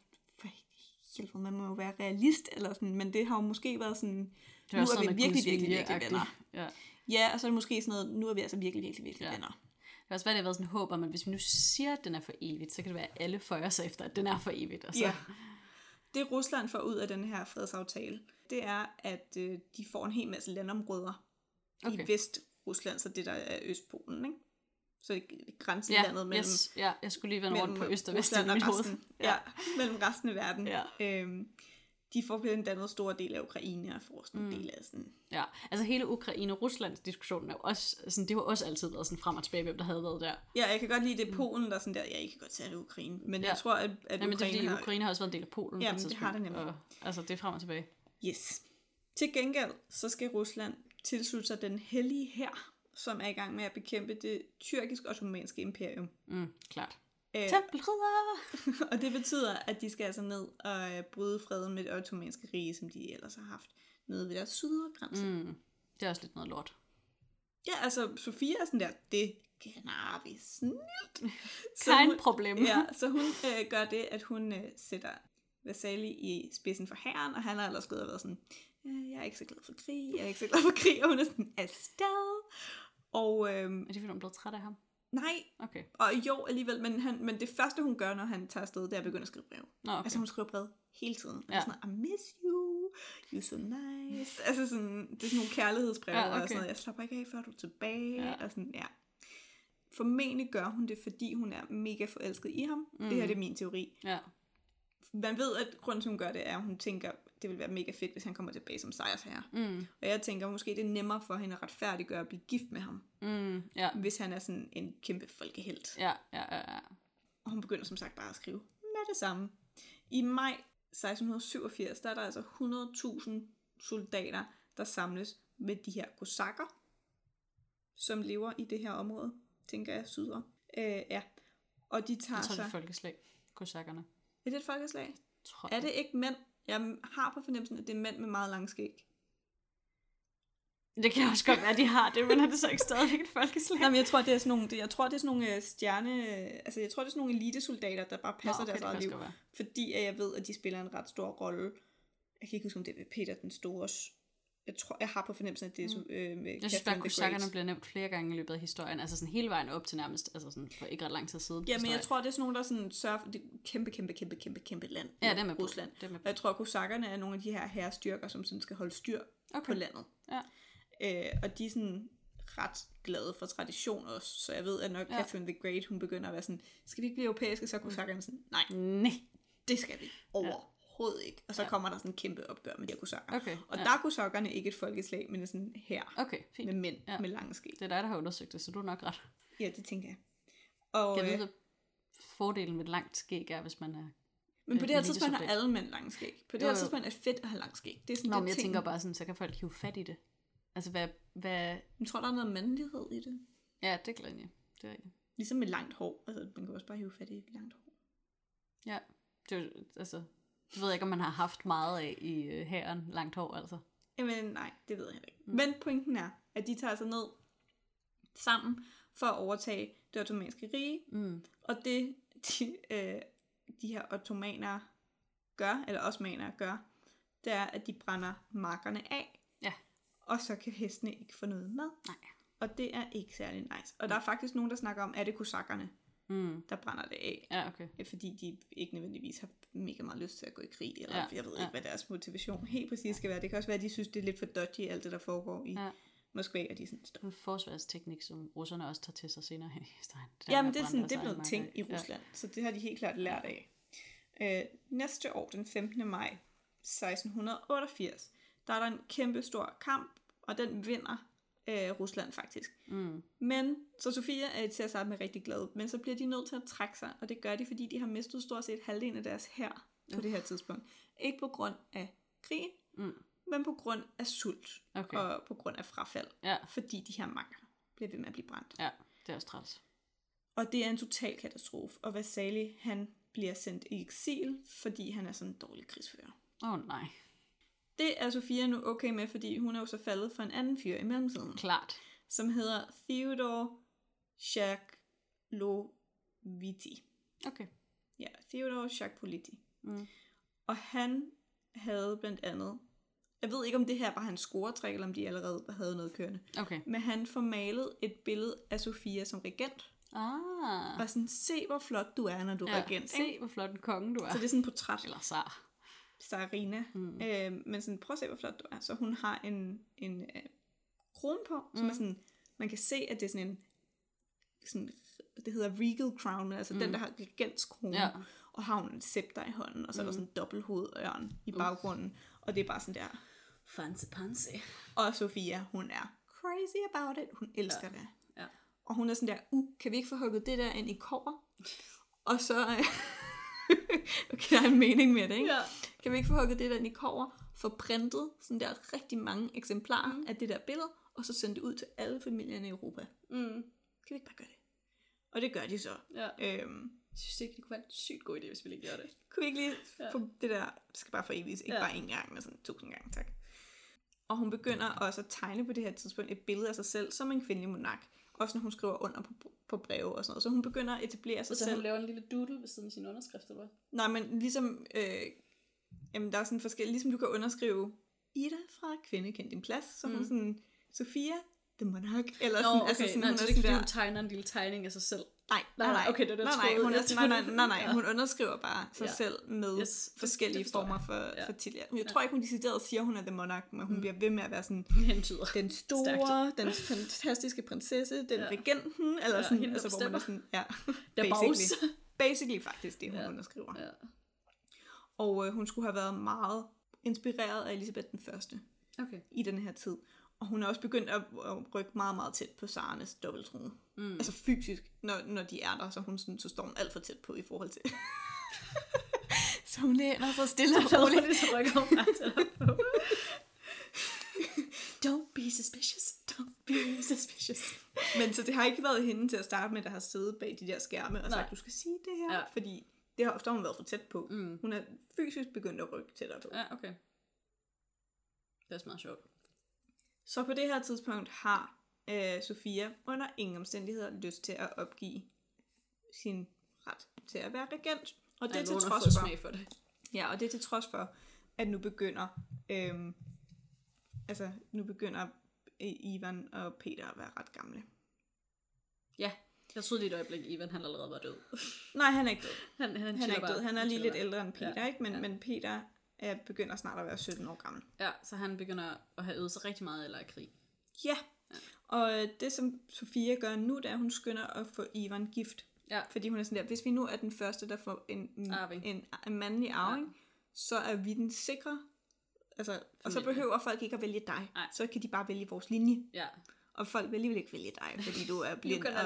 for man må jo være realist, eller sådan, men det har jo måske været sådan, nu er, er vi virkelig, virkelig, virkelig venner. Ja. ja, og så er det måske sådan noget, nu er vi altså virkelig, virkelig, virkelig ja. venner. Det har også været, det har været sådan en håb om, at hvis vi nu siger, at den er for evigt, så kan det være, at alle føjer sig efter, at den er for evigt. Og så... Ja. Det Rusland får ud af den her fredsaftale, det er, at øh, de får en hel masse landområder okay. i Vest-Rusland, så det der er Østpolen, ikke? Så det er grænselandet ja, mellem... Yes, ja, jeg skulle lige vende rundt på øst og vest i mit hoved. Ja. ja, mellem resten af verden. Ja. Øhm, de får blandt andet store del af Ukraine og får sådan en mm. del af sådan... Ja, altså hele Ukraine-Ruslands diskussionen er jo også, sådan, det har også altid været sådan frem og tilbage, hvem der havde været der. Ja, jeg kan godt lide det Polen, der er sådan der, ja, jeg kan godt tage det Ukraine, men ja. jeg tror, at, at ja, men Ukraine det er fordi, har... Ukraine har også været en del af Polen. Ja, men det har det nemlig. Og, altså, det er frem og tilbage. Yes. Til gengæld, så skal Rusland tilslutte sig den hellige hær, som er i gang med at bekæmpe det tyrkisk-ottomanske imperium. Mm, klart. Æh, Tempelridder! Og det betyder, at de skal altså ned og bryde freden med det ottomanske rige, som de ellers har haft nede ved deres sydre grænse. Mm, det er også lidt noget lort. Ja, altså Sofia er sådan der, det kender vi snilt. Kein problem. Ja, så hun øh, gør det, at hun øh, sætter Vasali i spidsen for hæren, og han har ellers gået og været sådan, jeg er ikke så glad for krig, jeg er ikke så glad for krig, og hun er sådan, afsted. Og, øhm, er det fordi, hun er blevet træt af ham? Nej, okay. Og jo alligevel, men, han, men det første hun gør, når han tager afsted, det er at begynde at skrive brev. Nå, okay. Altså hun skriver brev hele tiden. Ja. Sådan, I miss you, you're so nice. Altså sådan, det er sådan nogle kærlighedsbrev, ja, okay. Og sådan, jeg slapper ikke af, før du er tilbage. Ja. Og sådan, ja. Formentlig gør hun det, fordi hun er mega forelsket i ham. Mm. Det her det er min teori. Ja. Man ved, at grunden til, hun gør det, er, at hun tænker, det vil være mega fedt, hvis han kommer tilbage som sejrsherre. Mm. Og jeg tænker, måske det er nemmere for hende at retfærdiggøre at blive gift med ham. Mm, ja. Hvis han er sådan en kæmpe folkehelt. Ja, ja, ja, ja. Og hun begynder som sagt bare at skrive med det samme. I maj seksten syvogfirs, der er der altså hundrede tusind soldater, der samles med de her kosakker, som lever i det her område, tænker jeg, sydre. Øh, ja. Og de tager sig... Jeg tror, det er et folkeslag, kosakkerne. Er det et folkeslag? Tror er det ikke mænd? Jeg har på fornemmelsen, at det er mænd med meget lang skæg. Det kan også godt være, at de har det, men er det så ikke stadig et folkeslag? Nej, men jeg tror, det er sådan nogle, jeg tror, det er sådan nogle stjerne... Altså, jeg tror, det er sådan nogle elitesoldater, der bare passer Nå, okay, deres eget liv. Fordi jeg ved, at de spiller en ret stor rolle. Jeg kan ikke huske, om det er Peter den Stores. Jeg tror, jeg har på fornemmelsen, at det er... Mm. Øh, med jeg synes bare, at kosakkerne bliver nævnt flere gange i løbet af historien. Altså sådan hele vejen op til nærmest, altså sådan for ikke ret lang tid siden. Ja, men historie. Jeg tror, det er sådan nogle, der sådan sørger for det kæmpe, kæmpe, kæmpe, kæmpe, kæmpe land. Ja, det er med Rusland. Det er med og jeg tror, at kosakkerne er nogle af de her herrestyrker, som sådan skal holde styr okay. på landet. Ja. Øh, og de er sådan ret glade for tradition også. Så jeg ved, at når ja. Catherine the Great, hun begynder at være sådan, skal vi ikke blive europæiske, så er kosakkerne sådan, nej, nej, det skal vi over. Ja. Overhovedet ikke. Og så ja. kommer der sådan en kæmpe opgør med de her kosakker. Okay, og ja. der er kosakkerne ikke et folkeslag, men sådan her. Okay, fint. Med mænd ja. med lange skæg. Det er dig, der har undersøgt det, så du er nok ret. Ja, det tænker jeg. Og, jeg ved, hvad fordelen med langt skæg er, hvis man er... Men på det her tidspunkt har alle mænd lange skæg. På det her tidspunkt er det fedt at have lange skæg. Det er sådan, Nå, det men jeg ting. tænker bare sådan, så kan folk hive fat i det. Altså, hvad... hvad... Jeg tror, der er noget mandlighed i det. Ja, det er klart, ja. Det er rigtigt. Ligesom med langt hår. Altså, man kan også bare hive fat i langt hår. Ja, det er altså... Det ved jeg ikke, om man har haft meget af i øh, hæren langt hår, altså. Jamen, nej, det ved jeg ikke. Mm. Men pointen er, at de tager sig ned sammen for at overtage det ottomanske rige. Mm. Og det, de, øh, de her ottomanere gør, eller osmanere gør, det er, at de brænder markerne af. Ja. Og så kan hestene ikke få noget mad. Nej. Og det er ikke særlig nice. Og der er faktisk nogen, der snakker om, er det kosakkerne, mm. der brænder det af. Ja, okay. Fordi de ikke nødvendigvis har mega meget lyst til at gå i krig, eller ja, jeg ved ja. ikke, hvad deres motivation helt præcis skal være. Det kan også være, at de synes, det er lidt for dodgy, alt det, der foregår i ja. Moskva, og de er sådan... Stop. En forsvarsteknik, som russerne også tager til sig senere hen i historien. Jamen, det er, sådan, det er blevet ting i Rusland, ja. Så det har de helt klart lært af. Øh, næste år, den femtende maj seksten otteogfirs, der er der en kæmpe stor kamp, og den vinder øh, Rusland faktisk. Mm. Men, så Sofia er til at starte med rigtig glad, men så bliver de nødt til at trække sig, og det gør de, fordi de har mistet stort set halvdelen af deres hær på uh. det her tidspunkt. Ikke på grund af krigen, mm. men på grund af sult, okay. og på grund af frafald, ja. Fordi de her mangler bliver ved med at blive brændt. Ja, det er også træls. Og det er en total katastrofe, og Vasali, han bliver sendt i eksil, fordi han er sådan en dårlig krigsfører. Åh oh, nej. Det er Sofia nu okay med, fordi hun er jo så faldet for en anden fyr i mellemtiden. Klart. Som hedder Theodor Shakloviti. Okay. Ja, Theodor Shakloviti. Mm. Og han havde blandt andet, jeg ved ikke om det her var hans scoretræk, eller om de allerede havde noget kørende. Okay. Men han formalede et billede af Sofia som regent. Ah. Og sådan, se hvor flot du er, når du er ja, regent. Se ikke? Hvor flot en konge du er. Så det er sådan et portræt. Eller Tsar. Tsarina. Mm. Øh, men sådan, prøv at se hvor flot du er. Så hun har en, en øh, krone på, mm. som er sådan, man kan se, at det er sådan en, sådan, det hedder regal crown, men altså mm. den, der har regentskrone. Ja. Og har hun en scepter i hånden, og så mm. er der sådan en dobbelthovedørn i baggrunden. Uh. Og det er bare sådan der, fancy pansy. Og Sofia, hun er crazy about it. Hun elsker ja. det. Ja. Og hun er sådan der, uh, kan vi ikke få hugget det der ind i kobber? Og så, okay, der er en mening med det, ikke? Ja. Kan vi ikke få hugget det der ind i kobber, få printet sådan der rigtig mange eksemplarer mm. af det der billede, og så sende det ud til alle familierne i Europa? Mm. Kan vi ikke bare gøre det? Og det gør de så. Ja. Øhm, jeg synes ikke, det kunne være en sygt god idé, hvis vi lige gjorde det. Kunne vi ikke lige ja. få det der, det skal bare for evigt, ikke ja. bare en gang, men sådan tusind gange, tak. Og hun begynder også at tegne på det her tidspunkt et billede af sig selv som en kvindelig monark. Også når hun skriver under på, på breve og sådan noget. Så hun begynder at etablere sig og så selv. Så hun laver en lille doodle ved siden af sin underskrift, eller hvad? Nej, men ligesom, øh, jamen der er sådan forskellige, ligesom du kan underskrive Ida fra Kvinde kendt din plads, så mm. hun sådan, Sofia, the monarch, eller sådan, Nå, okay. altså sådan, nej, hun så er det er sådan ikke, der. hun tegner en lille tegning af sig selv. Nej, nej, nej. Okay, det er det, nej, nej, hun, er, nej, nej, nej, nej, ja. hun underskriver bare sig ja. selv med yes, forskellige former for, ja. for titler. Jeg tror ikke, hun decideret siger, hun er the monarch, men hun mm. bliver ved med at være sådan, den store, den fantastiske prinsesse, den ja. regenten, eller ja, sådan, hende, altså, hvor man er sådan, ja, basically, basically faktisk det, hun ja. underskriver. Ja. Og øh, hun skulle have været meget inspireret af Elisabeth den første okay. i den her tid. Og hun er også begyndt at rykke meget, meget tæt på Tsarernes dobbelttrone. Mm. Altså fysisk, når, når de er der, så, hun sådan, så står hun alt for tæt på i forhold til. Så hun læner så stille og roligt. Så rykker hun bare tæt på. Don't be suspicious. Don't be suspicious. Men så det har ikke været hende til at starte med, der har siddet bag de der skærme og sagt, Nej. du skal sige det her. Ja. Fordi det har ofte hun været for tæt på. Mm. Hun er fysisk begyndt at rykke tættere på. Ja, okay. Det er også meget sjovt. Så på det her tidspunkt har øh, Sofia under ingen omstændigheder lyst til at opgive sin ret til at være regent. Og det er til trods for, for det. Ja, og det er til trods for, at nu begynder, øhm, altså nu begynder Ivan og Peter at være ret gamle. Ja, jeg troede lige et øjeblik, Ivan han allerede var død. Nej, han er ikke død. Han, han, han er ikke død. Han er lige lidt ældre end Peter, ja. ikke? Men, ja. men Peter er begynder snart at være sytten år gammel. Ja, så han begynder at have øvet sig rigtig meget eller krig. Ja, ja. Og det som Sofia gør nu, det er, at hun skynder at få Ivan gift. Ja. Fordi hun er sådan der, hvis vi nu er den første, der får en, en, en, en mandlig arving, ja. så er vi den sikre. Altså, og så behøver folk ikke at vælge dig. Nej. Så kan de bare vælge vores linje. Ja. Og folk vil alligevel ikke vælge dig, fordi du er blind. og,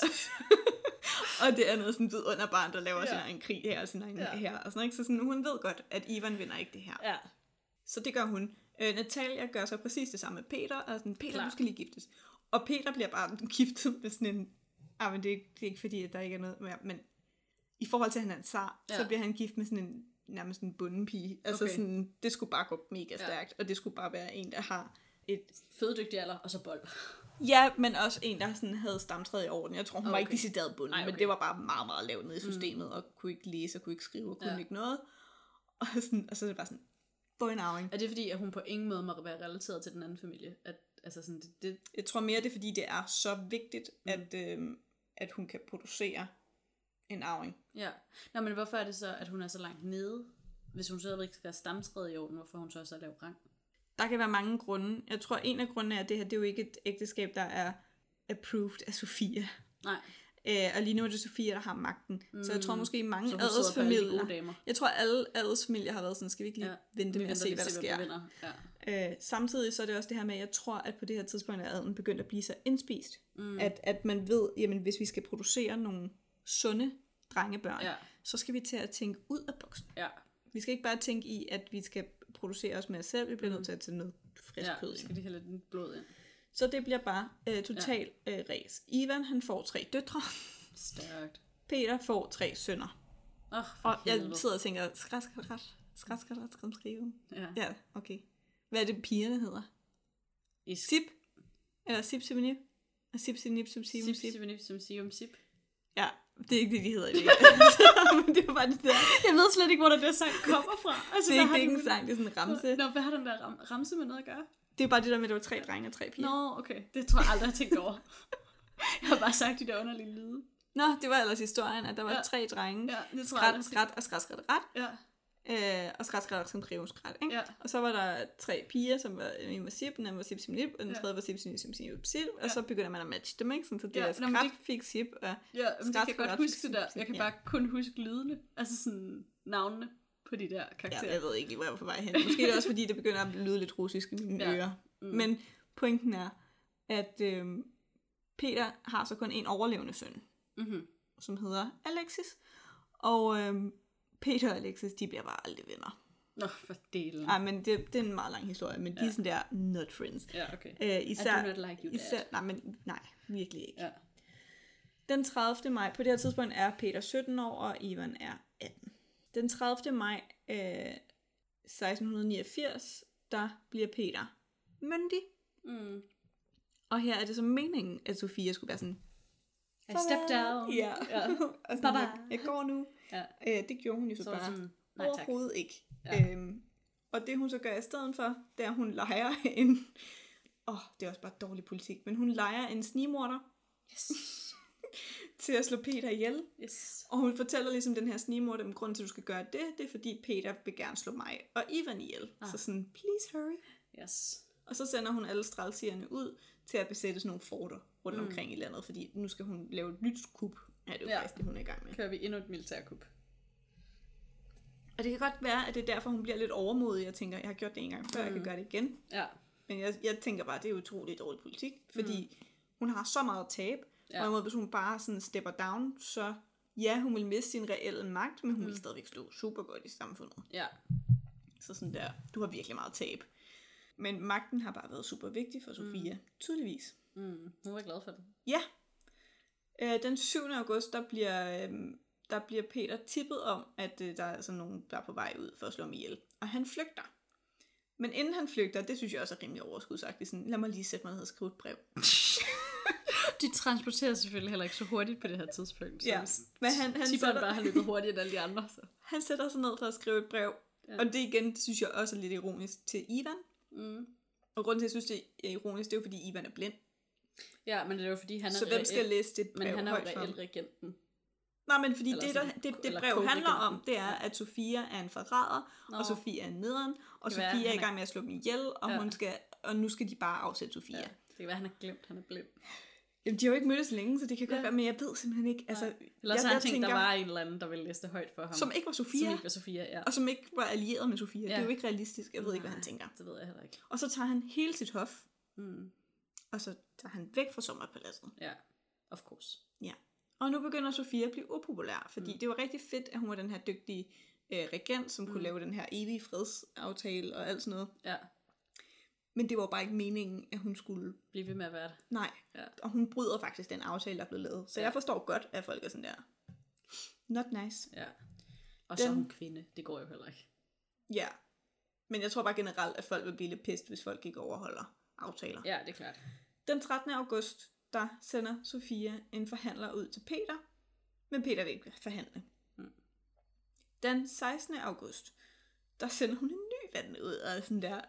og det er noget sådan vidunderbarn, der laver ja. sin egen krig her og sin egen ja. her. Og sådan, ikke? Så sådan, hun ved godt, at Ivan vinder ikke det her. Ja. Så det gør hun. Øh, Natalia gør så præcis det samme med Peter. Og sådan, Peter, Klar. du skal lige giftes. Og Peter bliver bare giftet med sådan en... Ah, men det er, ikke, det er ikke fordi, at der ikke er noget mere. Men i forhold til, at han er en tsar, ja. så bliver han gift med sådan en nærmest en bundepige. Altså okay. sådan, det skulle bare gå mega stærkt. Ja. Og det skulle bare være en, der har et... fødedygtig alder, og så bold. Ja, men også en, der sådan havde stamtræet i orden. Jeg tror, hun okay. var ikke decideret bunden, Ej, okay. men det var bare meget, meget lavt nede i systemet, mm. og kunne ikke læse, og kunne ikke skrive, og kunne ja. ikke noget. Og, sådan, og så er det bare sådan, få en arving. Er det fordi, at hun på ingen måde må være relateret til den anden familie? At altså sådan, det, det... Jeg tror mere, det er fordi, det er så vigtigt, mm. at, øh, at hun kan producere en arving. Ja. Nå, men hvorfor er det så, at hun er så langt nede? Hvis hun så ikke skal have stamtræde i orden, hvorfor hun så også er lav rang? Der kan være mange grunde. Jeg tror, en af grundene er, at det her, det er jo ikke et ægteskab, der er approved af Sofia. Nej. Øh, og lige nu er det Sofia, der har magten. Mm. Så jeg tror måske mange adelsfamilier. Jeg tror, alle adelsfamilier har været sådan, skal vi ikke lige ja, vente med at se, hvad der sker. Ja. Øh, samtidig så er det også det her med, at jeg tror, at på det her tidspunkt er adelen begyndt at blive så indspist. Mm. At, at man ved, jamen hvis vi skal producere nogle sunde drengebørn, ja. så skal vi til at tænke ud af boksen. Ja. Vi skal ikke bare tænke i, at vi skal producere os med os selv. Vi bliver mm. nødt til at tage noget frisk kød ind. Ja, skal de hælde lidt blod ind. Så det bliver bare øh, totalt ja. øh, ræs. Ivan, han får tre døtre. Stærkt. Peter får tre sønner. Oh, og jeg sidder og tænker, skræt, skræt, skræt, skræt, skræt, skræt, skrive. Ja. Ja, okay. Hvad er det, pigerne hedder? Is. Sip? Eller sip, sip, nip? Sip, sip, nip, sip, sip, sip. Sip, sip, nip, sip, sip, sip. Ja, det er ikke det, de hedder i det. Men det var bare det der. Jeg ved slet ikke, hvor der der sang kommer fra. Altså, det er ikke, det er ikke en sang, det er sådan en ramse. Nå, hvad har den der ram- ramse med noget at gøre? Det er bare det der med, at der var tre drenge og tre piger. Nå, okay. Det tror jeg aldrig, jeg har tænkt over. Jeg har bare sagt de der underlige lyde. Nå, det var ellers historien, at der var ja. tre drenge. Ja, det tror skrat, jeg skrat og skrat, skrat, ret. Ja. Øh, og skrat, skrat, som drive skrat, ikke? Ja. Og så var der tre piger, som var, en var sip, den anden var sip, sim, nip, og den tredje var sip, sim, sim, sim, sip, og ja. så begynder man at matche dem, ikke? Sådan, så det ja, er skrat, det... fik sip, og ja, men skrat, det kan jeg godt huske det der. Jeg kan ja. bare kun huske lydene. Altså sådan navnene på de der karakterer. Ja, jeg ved ikke, hvor jeg var på vej hen. Måske er det også, fordi det begynder at lyde lidt russisk i mine ja. ører. Mm. Men pointen er, at øhm, Peter har så kun en overlevende søn, mm-hmm. som hedder Alexis. Og øhm, Peter og Alexis, de bliver bare aldrig venner. Nå, for delen. Nej, men det, det er en meget lang historie, men ja. de er sådan der not friends. Ja, okay. Øh, især, I do not like you, især, nej, men nej, virkelig ikke. Ja. Den tredivte maj, på det her tidspunkt er Peter sytten år, og Ivan er atten. Den tredivte maj øh, seksten niogfirs, der bliver Peter myndig. Mm. Og her er det så meningen, at Sofia skulle være sådan, I step down. Ja. ja. Og sådan, jeg, jeg går nu. Ja. Øh, det gjorde hun jo så, så bare sådan, nej, overhovedet ikke. Ja. Øhm, og det hun så gør i stedet for, det er, at hun leger en... Åh, oh, det er også bare dårlig politik, men hun leger en snigmorder. Yes. til at slå Peter ihjel. Yes. Og hun fortæller ligesom den her snigmorder, om grunden til, at du skal gøre det, det er fordi Peter vil gerne slå mig og Ivan ihjel. Ah. Så sådan, please hurry. Yes. Og så sender hun alle strælsigerne ud til at besætte sådan nogle forter rundt mm. omkring i landet, fordi nu skal hun lave et nyt kup. Ja, det er jo ja. faktisk det, hun er i gang med. Kører vi endnu et militærkup. Og det kan godt være, at det er derfor, hun bliver lidt overmodig og tænker, jeg har gjort det en gang før, mm. jeg kan gøre det igen. Ja. Men jeg, jeg tænker bare, det er utroligt dårlig politik, fordi mm. hun har så meget tab, ja. og hvis hun bare sådan stepper down, så ja, hun vil miste sin reelle magt, men hun mm. vil stadigvæk stå super godt i samfundet. Ja. Så sådan der, du har virkelig meget tab. Men magten har bare været super vigtig for Sofia, mm. tydeligvis. Mm. Hun var glad for det. Ja. Øh, den syvende august, der bliver, øh, der bliver Peter tippet om, at øh, der er sådan nogen, der er på vej ud for at slå ham ihjel. Og han flygter. Men inden han flygter, det synes jeg også er rimelig overskudsagtigt. Sådan, lad mig lige sætte mig ned og skrive et brev. De transporterer selvfølgelig heller ikke så hurtigt på det her tidspunkt. Så ja. Men han, han tipperen sætter... bare har løbet hurtigere end alle de andre. Så. Han sætter sig ned for at skrive et brev. Ja. Og det igen, det synes jeg også er lidt ironisk til Ivan. Mm. Og grunden til, at jeg synes, det er ironisk, det er jo, fordi Ivan er blind. Ja, men det er jo, fordi han er så hvem skal reelt, læse det brev? Men han er jo reelt regenten. Nej, men fordi det, der, det, det, det brev handler om, det er, at Sofia er en forræder, Nå. og Sofia er nederen, og Sofia være, er i gang med at slå dem ihjel, og, ja. hun skal, og nu skal de bare afsætte Sofia. Ja. Det kan være, han har glemt, han er blind. Jamen, de har jo ikke mødtes længe, så det kan godt ja. være, men jeg ved simpelthen ikke. Altså, eller så har han tænkt, der var en eller anden, der ville læse det højt for ham. Som ikke var Sofia. Som ikke var Sofia, ja. Og som ikke var allieret med Sofia. Ja. Det er jo ikke realistisk. Jeg ved Nej, ikke, hvad han tænker. Det ved jeg heller ikke. Og så tager han hele sit hof, mm. og så tager han væk fra sommerpaladset. Ja, of course. Ja. Og nu begynder Sofia at blive upopulær, fordi mm. det var rigtig fedt, at hun var den her dygtige øh, regent, som mm. kunne lave den her evige fredsaftale og alt sådan noget. Ja. Men det var bare ikke meningen, at hun skulle blive ved med at være det. Nej, ja. Og hun bryder faktisk den aftale, der er blevet lavet. Så ja. jeg forstår godt, at folk er sådan der, not nice. Ja. Og den... så er hun kvinde, det går jo heller ikke. Ja, men jeg tror bare generelt, at folk vil blive lidt pissed, hvis folk ikke overholder aftaler. Ja, det er klart. Den trettende august, der sender Sofia en forhandler ud til Peter, men Peter vil ikke forhandle. Mm. Den sekstende august, der sender hun en ny ven ud, og sådan der,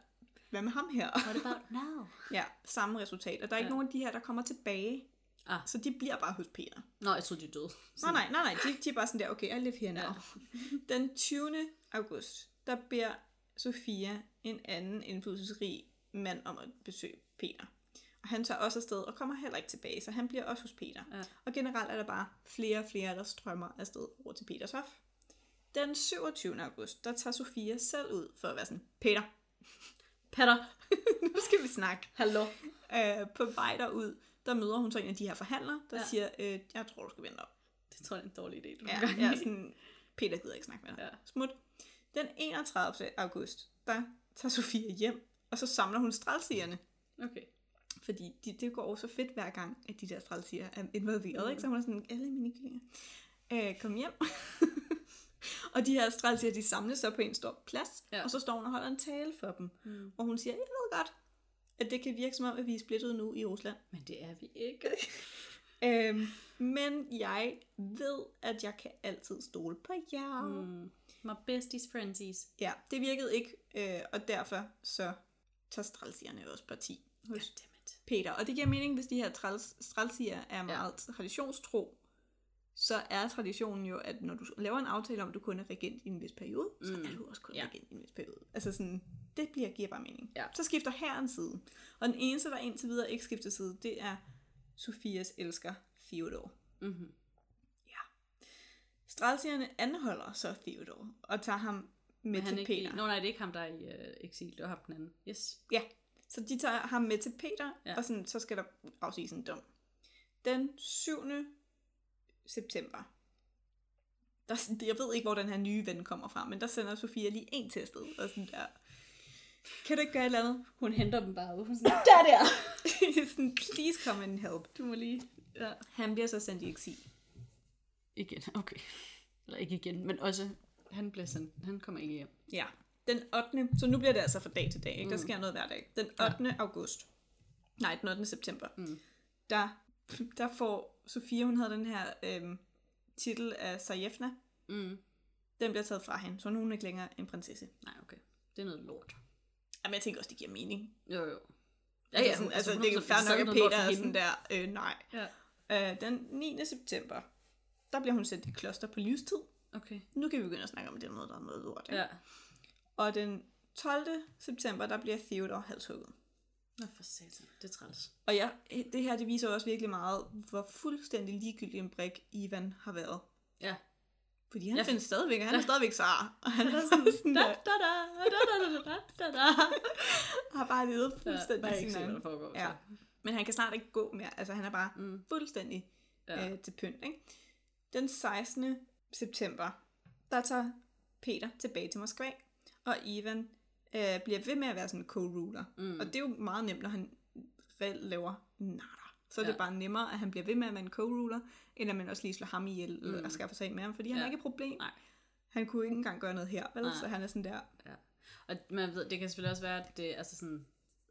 hvad med ham her? What about now? Ja, samme resultat. Og der er ikke ja. nogen af de her, der kommer tilbage. Ah. Så de bliver bare hos Peter. Nå, jeg troede, de er døde. Nej, nej, nej, nej. De, de er bare sådan der, okay, I live here now. Ja. Den tyvende august, der beder Sofia en anden indflydelsesrig mand om at besøge Peter. Og han tager også afsted og kommer heller ikke tilbage, så han bliver også hos Peter. Ja. Og generelt er der bare flere og flere, der strømmer afsted over til Peters hof. Den syvogtyvende august, der tager Sofia selv ud for at være sådan, Peter, Peter, nu skal vi snakke. Hallo. Øh, på vej derud, der møder hun så en af de her forhandlere, der ja. siger, øh, jeg tror, du skal vente op. Det tror jeg er en dårlig idé. Ja, jeg er sådan, Peter gider ikke snakke med dig. Ja. Smut. Den enogtredivte august, der tager Sofia hjem, og så samler hun strælsigerne. Okay. Fordi de, det går også så fedt hver gang, at de der strælsiger er involveret, mm. ikke? Så hun er sådan, alle mine kyllinger. Øh, kom hjem. Og de her strælsiger, de samles så på en stor plads, ja. Og så står hun og holder en tale for dem. Mm. Og hun siger, jeg ved godt, at det kan virke som om, at vi er splittet nu i Rusland. Men det er vi ikke. øhm, men jeg ved, at jeg kan altid stole på jer. Mm. My besties friendsies. Ja, det virkede ikke, øh, og derfor så tager strælsigerne også parti hos Peter. Og det giver mening, hvis de her strælsiger er meget ja. traditionstro, så er traditionen jo, at når du laver en aftale om, at du kun er regent i en vis periode, mm. så er du også kun ja. regent i en vis periode. Altså sådan, det bliver, giver bare mening. Ja. Så skifter herren side. Og den eneste, der indtil videre ikke skifter side, det er Sofias elsker, Theodor. Mm-hmm. Ja. Strælsigerne anholder så Theodor, og tager ham med til ikke, Peter. Nå nej, det er ikke ham, der er i uh, eksil, det var ham den anden. Yes. Ja, så de tager ham med til Peter, ja. Og sådan, så skal der afsiges en dom. Den syvende september, der, jeg ved ikke, hvor den her nye ven kommer fra, men der sender Sofia lige en til afsted, og sådan der, kan du ikke gøre et eller andet? Hun henter dem bare ud. Hun sådan, der der! sådan, please come and help. Du må lige... Ja. Han bliver så sendt i eksil. Igen, okay. Eller ikke igen, men også, han bliver sendt, han kommer ikke hjem. Ja, den ottende Så nu bliver det altså fra dag til dag, ikke? Der sker noget hver dag. Den ottende Ja. august, nej, den ottende september, mm. der, der får Sofia, hun havde den her øhm, titel af Tsarevna. Mm. Den bliver taget fra hende, så nu er hun ikke længere en prinsesse. Nej, okay. Det er noget lort. Jamen, jeg tænker også, det giver mening. Jo, jo. Ja, ja, sådan, altså, altså det er jo fair nok, at Peter er sådan der, øh, nej. Ja. Øh, den niende september, der bliver hun sendt i kloster på livstid. Okay. Nu kan vi begynde at snakke om, at det er noget, der er noget lort. Ikke? Ja. Og den tolvte september, der bliver Theodor halshugget. Nå for satan, det er træls. Og ja, det her, det viser også virkelig meget, hvor fuldstændig ligegyldig en brik Ivan har været. Ja. Fordi han ja. findes stadigvæk, han er stadigvæk Tsar. Og han er sådan, sådan da, da, da, da, da, da, da, da. har bare levet fuldstændig ja, sin egen. Foregår, ja. Men han kan snart ikke gå mere. Altså han er bare mm. fuldstændig ja. øh, til pynt. Ikke? Den sekstende september, der tager Peter tilbage til Moskva. Og Ivan øh, bliver ved med at være sådan en co-ruler. Mm. Og det er jo meget nemt, når han reelt laver natter. Så er ja. det bare nemmere, at han bliver ved med at være en co-ruler, end at man også lige slår ham ihjel mm. og skaffer sig af med ham, fordi han ja. er ikke et problem. Nej. Han kunne ikke engang gøre noget her, vel? Så han er sådan der. Ja. Og man ved, det kan selvfølgelig også være, at det, altså sådan,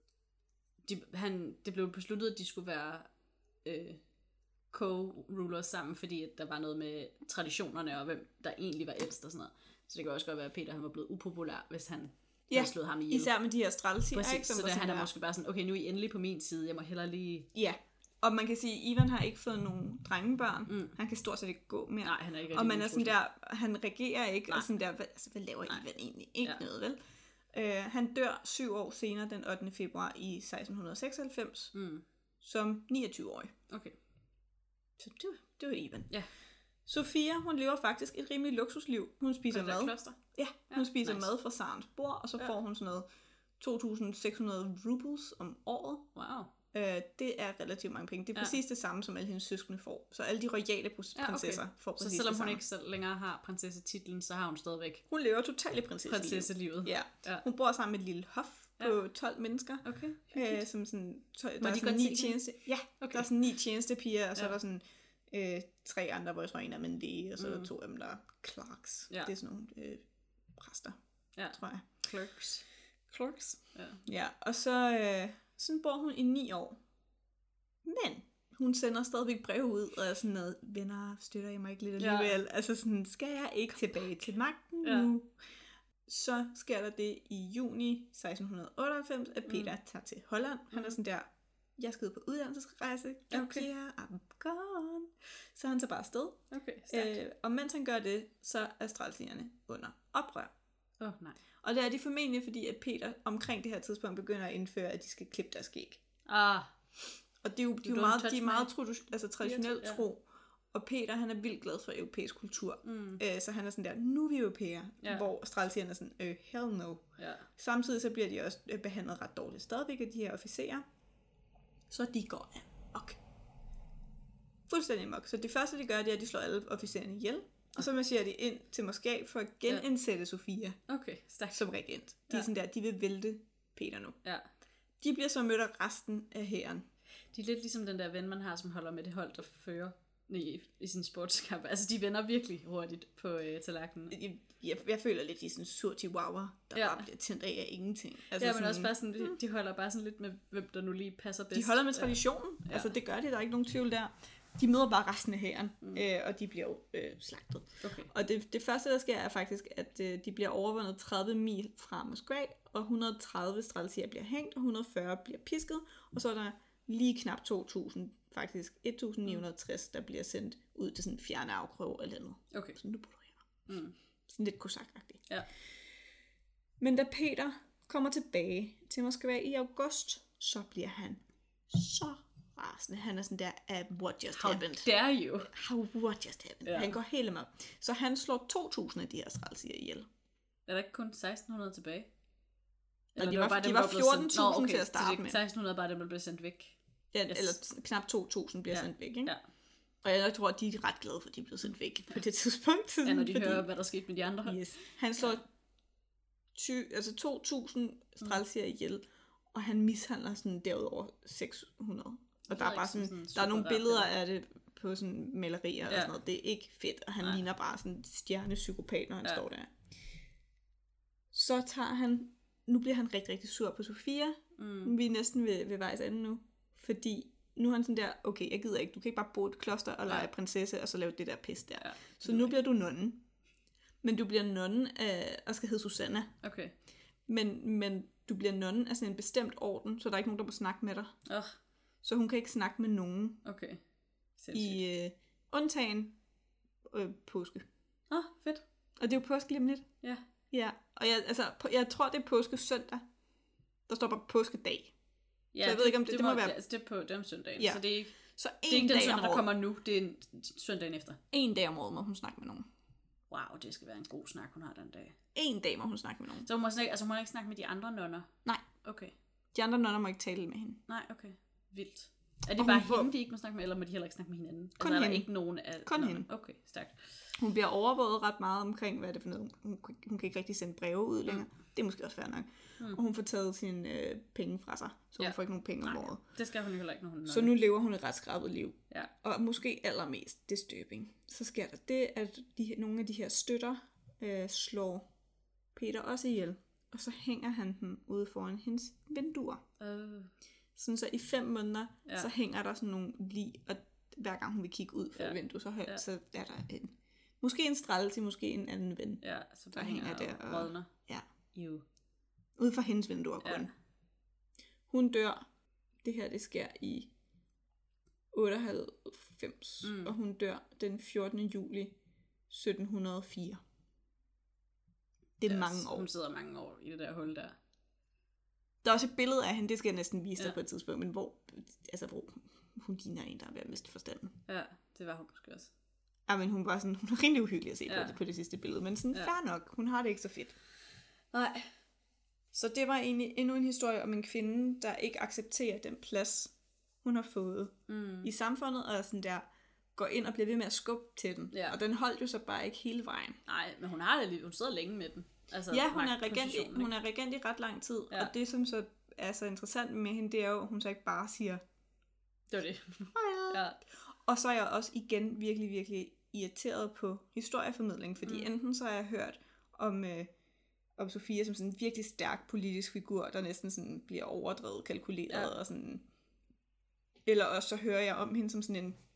de, han, det blev besluttet, at de skulle være øh, co-rulers sammen, fordi at der var noget med traditionerne, og hvem der egentlig var ældst og sådan noget. Så det kan også godt være, at Peter han var blevet upopulær, hvis han ja, havde slået ham ihjel. Især med de her strælsiger. Præcis, så der, han er måske bare sådan, okay, nu er I endelig på min side, jeg må hellere lige... Ja, og man kan sige, at Ivan har ikke fået nogen drengebørn. Mm. Han kan stort set ikke gå mere. Nej, han er ikke. Og man er sådan der, han regerer ikke, Nej. og sådan der, hvad, altså, hvad laver Nej. Ivan egentlig? Ikke ja. noget, vel? Uh, han dør syv år senere, den ottende februar i seksten seksoghalvfems, mm. som niogtyve-årig. Okay. Så det, det var Ivan. Ja. Sofia, hun lever faktisk et rimelig luksusliv. Hun spiser mad. Kloster? Ja, hun ja, spiser nice. mad fra Tsarens bord, og så ja. får hun sådan noget to tusind seks hundrede rubles om året. Wow. Uh, det er relativt mange penge. Det er ja. præcis det samme, som alle hendes søskende får. Så alle de royale prinsesser ja, okay. får præcis det samme. Så selvom hun ikke så længere har prinsessetitlen, så har hun stadigvæk... Hun lever totalt i prinsesselivet. Prinsesselivet. Ja. ja. Hun bor sammen med et lille hof ja. på tolv mennesker. Okay. Uh, som sådan, to, der er sådan ni tjeneste... Ja, okay. der er sådan ni tjenestepiger, og så ja. er der sådan uh, tre andre, hvor jeg tror en af dem er en læge, og så mm. er der to af dem, der er clerks. Ja. Det er sådan nogle uh, præster, ja. tror jeg. Clerks. Clerks. Ja. Ja, og så... Uh, Sådan bor hun i ni år. Men hun sender stadigvæk brev ud, og er sådan noget, venner, støtter I mig ikke lidt alligevel? Ja. Altså sådan, skal jeg ikke tilbage til magten nu? så sker der det i juni seksten otteoghalvfems, at Peter mm. tager til Holland. Han er sådan der, jeg skal ud på uddannelsesrejse. Okay. Yeah, I'm gone. Så han tager bare afsted. Okay, øh, og mens han gør det, så er stralsierne under oprør. Åh, oh, nej. Og det er de formentlig, fordi at Peter omkring det her tidspunkt begynder at indføre, at de skal klippe deres skæg. Ah. Og det er jo, de er jo meget, de er meget tradu- altså traditionelt ja. tro. Og Peter, han er vildt glad for europæisk kultur. Mm. Æ, så han er sådan der, nu er vi europæer. Ja. Hvor stralsierne er sådan, øh, hell no. Ja. Samtidig så bliver de også behandlet ret dårligt stadigvæk af de her officerer. Så de går amok. Fuldstændig amok. Så det første, de gør, det er, at de slår alle officererne ihjel. Og så marcherer de ind til Moskva for at genindsætte ja. Sofia okay, stærkt. som regent. De ja. er sådan der, de vil vælte Peter nu. Ja. De bliver så mødt af resten af hæren. De er lidt ligesom den der ven, man har, som holder med det hold, der fører i, i sin sportskamp. Altså, de vender virkelig hurtigt på øh, tallerkenen. Jeg, jeg, jeg føler lidt, de er sådan sur chihuahua, der ja. bare bliver tændt af af ingenting. Altså ja, men sådan, også bare sådan, de, de holder bare sådan lidt med, hvem der nu lige passer bedst. De holder med traditionen. Ja. Altså, det gør de, der er ikke nogen tvivl der. De møder bare resten af hæren, mm. øh, og de bliver jo øh, slagtet. Okay. Og det, det første, der sker, er faktisk, at øh, de bliver overvundet tredive mil fra Moskva, og et hundrede og tredive strelsier bliver hængt, og et hundrede og fyrre bliver pisket, og så er der lige knap to tusind, faktisk et tusind ni hundrede og tres, der bliver sendt ud til sådan en fjerne afkrog eller andet. Okay. Så nu bor du her. Mm. Sådan lidt kosakagtigt. Ja. Men da Peter kommer tilbage til Moskva i august, så bliver han så rasende. Han er sådan der, uh, what just How happened? How dare you? How, what just happened? Ja. Han går helt amok. Så han slår to tusind af de her strelsier ihjel. Er der ikke kun seksten hundrede tilbage? Eller de var, var, de var fjorten tusind okay, til at starte med. seksten hundrede bare dem, der blev sendt væk. Ja, yes. Eller knap to tusind bliver ja. sendt væk, ikke? Ja. Og jeg tror, at de er ret glade for, at de er blevet sendt væk ja. på det tidspunkt. Ja, når de fordi... hører, hvad der skete med de andre. Yes. Han slår ty, altså to tusind strelsier ihjel, og han mishandler sådan derudover seks hundrede. Og der er bare sådan, sådan der er nogle billeder af det på sådan malerier ja. og sådan noget. Det er ikke fedt, og han Nej. ligner bare sådan en stjernepsykopat, når han ja. står der. Så tager han, nu bliver han rigtig, rigtig sur på Sofia. Mm. Vi er næsten ved, ved vejs ende nu. Fordi nu er han sådan der, okay, jeg gider ikke, du kan ikke bare bo i et kloster og lege ja. prinsesse, og så lave det der pis der. Ja, så nu bliver du nonnen. Men du bliver nonnen af, og skal hedde Susanna. Okay. Men, men du bliver nonnen af sådan en bestemt orden, så der er ikke nogen, der må snakke med dig. Oh. Så hun kan ikke snakke med nogen. Okay. Sindssygt. I øh, undtagen øh, påske. Åh, oh, fedt. Og det er jo påske lige om lidt. Ja. Ja, og jeg, altså, jeg tror, det er påske søndag. Der står bare påskedag. Ja, så jeg det, ved ikke, om det, det, det må må være... Altså, det er på den søndagen, ja. så det er ikke, så det er ikke den søndag, der kommer nu, det er en søndagen efter. En dag om året må hun snakke med nogen. Wow, det skal være en god snak, hun har den dag. En dag må hun snakke med nogen. Så hun må, snakke, altså, hun må ikke snakke med de andre nonner? Nej. Okay. De andre nonner må ikke tale med hende. Nej, okay. Vildt. Er det bare får... hende, de ikke må snakke med, eller må de heller ikke snakke med hinanden? Kun altså, hende. Er der ikke nogen af Kun nonner? hende. Okay, stærkt. Hun bliver overvåget ret meget omkring, hvad er det for noget. Hun, hun kan ikke rigtig sende breve ud længere. Mm. Det er måske også fair nok. Mm. Og hun får taget sine øh, penge fra sig, så hun ja. får ikke nogen penge om året. Det skal hun jo heller ikke, når hun Så nu lever hun et ret skrabet liv. Ja. Og måske allermest disturbing. Så sker der det, at de, nogle af de her støtter øh, slår Peter også ihjel. Og så hænger han dem ude foran hendes vinduer. Øh. Sådan så i fem måneder, ja. så hænger der sådan nogle lig, og hver gang hun vil kigge ud fra ja. vinduet, så, ja. så er der en, måske en strælse, måske en anden ven, ja, så der hænger der og rådner. Ja. Jo. Ude fra hendes vinduer kun. Ja. Hun dør, det her det sker i otteoghalvfems, mm. og hun dør den fjortende juli sytten hundrede og fire. Det er yes, mange år. Hun sidder mange år i det der hul der. Der er også et billede af hende, det skal jeg næsten vise dig ja. på et tidspunkt, men hvor, altså hvor hun ligner en, der er ved at miste forstanden. Ja, det var hun måske også. Ja, men hun var sådan, hun var rimelig uhyggelig at se ja. på, det, på det sidste billede, men sådan ja. fair nok, hun har det ikke så fedt. Nej. Så det var egentlig endnu en historie om en kvinde, der ikke accepterer den plads, hun har fået mm. i samfundet, og sådan der går ind og bliver ved med at skubbe til den. Ja. Og den holdt jo så bare ikke hele vejen. Nej, men hun har det, hun sidder længe med den. Altså, ja, hun er, regent i, hun er regent i ret lang tid, ja. og det som så er så interessant med hende, det er jo, at hun så ikke bare siger, det var det. ja. Og så er jeg også igen virkelig, virkelig irriteret på historieformidling, fordi mm. enten så har jeg hørt om, øh, om Sofia som sådan en virkelig stærk politisk figur, der næsten sådan bliver overdrevet, kalkuleret, ja. og sådan, eller også så hører jeg om hende som sådan en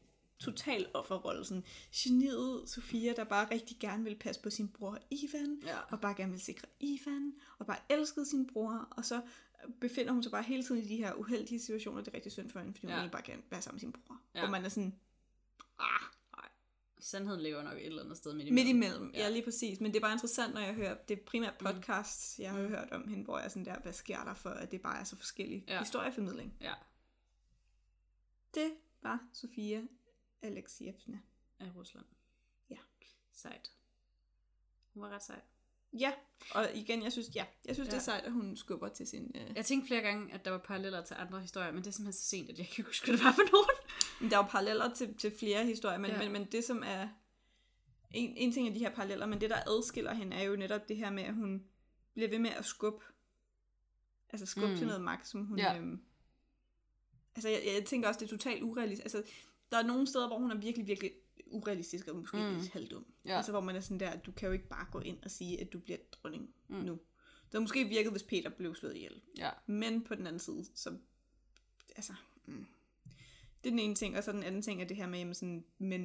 total offerrolle. Sådan geniet Sofia, der bare rigtig gerne vil passe på sin bror Ivan, ja. og bare gerne vil sikre Ivan, og bare elskede sin bror, og så befinder hun sig bare hele tiden i de her uheldige situationer. Det er rigtig synd for hende, fordi hun ja. bare kan være sammen med sin bror. Ja. Og man er sådan, ah, nej. Sandheden lever nok et eller andet sted midt imellem. Midt imellem, ja. ja lige præcis. Men det er bare interessant, når jeg hører, det er primært podcasts, mm. jeg har hørt om hende, hvor jeg er sådan der, hvad sker der for, at det bare er så forskellig ja. historieformidling. Ja. Det var Sofia Alexievna af Rusland. Ja. Sejt. Hun var ret sej. Ja, og igen, jeg synes, ja, jeg synes ja. det er sejt, at hun skubber til sin... Øh... Jeg tænkte flere gange, at der var paralleller til andre historier, men det er simpelthen så sent, at jeg ikke huske, hvad det var for nogen. Der er jo paralleller til, til flere historier, men, ja. men, men det som er... En, en ting af de her paralleller, men det der adskiller hende, er jo netop det her med, at hun bliver ved med at skubbe. Altså skubbe mm. til noget magt, som hun... Ja. Øhm... Altså jeg, jeg tænker også, det er totalt urealistisk. Altså der er nogle steder, hvor hun er virkelig, virkelig urealistisk og måske mm. lidt halvdum. Ja. Altså hvor man er sådan der, at du kan jo ikke bare gå ind og sige, at du bliver dronning mm. nu. Det havde måske virket, hvis Peter blev slået ihjel. Ja. Men på den anden side, så... Altså... Mm. Det er den ene ting, og så den anden ting er det her med, jamen sådan, men...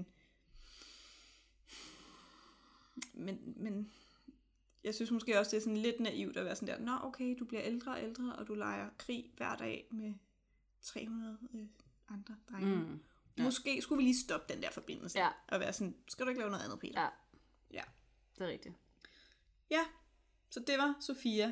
Men, men... Jeg synes måske også, det er sådan lidt naivt at være sådan der, nå okay, du bliver ældre og ældre, og du leger krig hver dag med tre hundrede øh, andre drenge. Mm. Ja. Måske skulle vi lige stoppe den der forbindelse. Ja. Og være sådan, skal du ikke lave noget andet, Peter? Ja. Ja. Det er rigtigt. Ja, så det var Sofia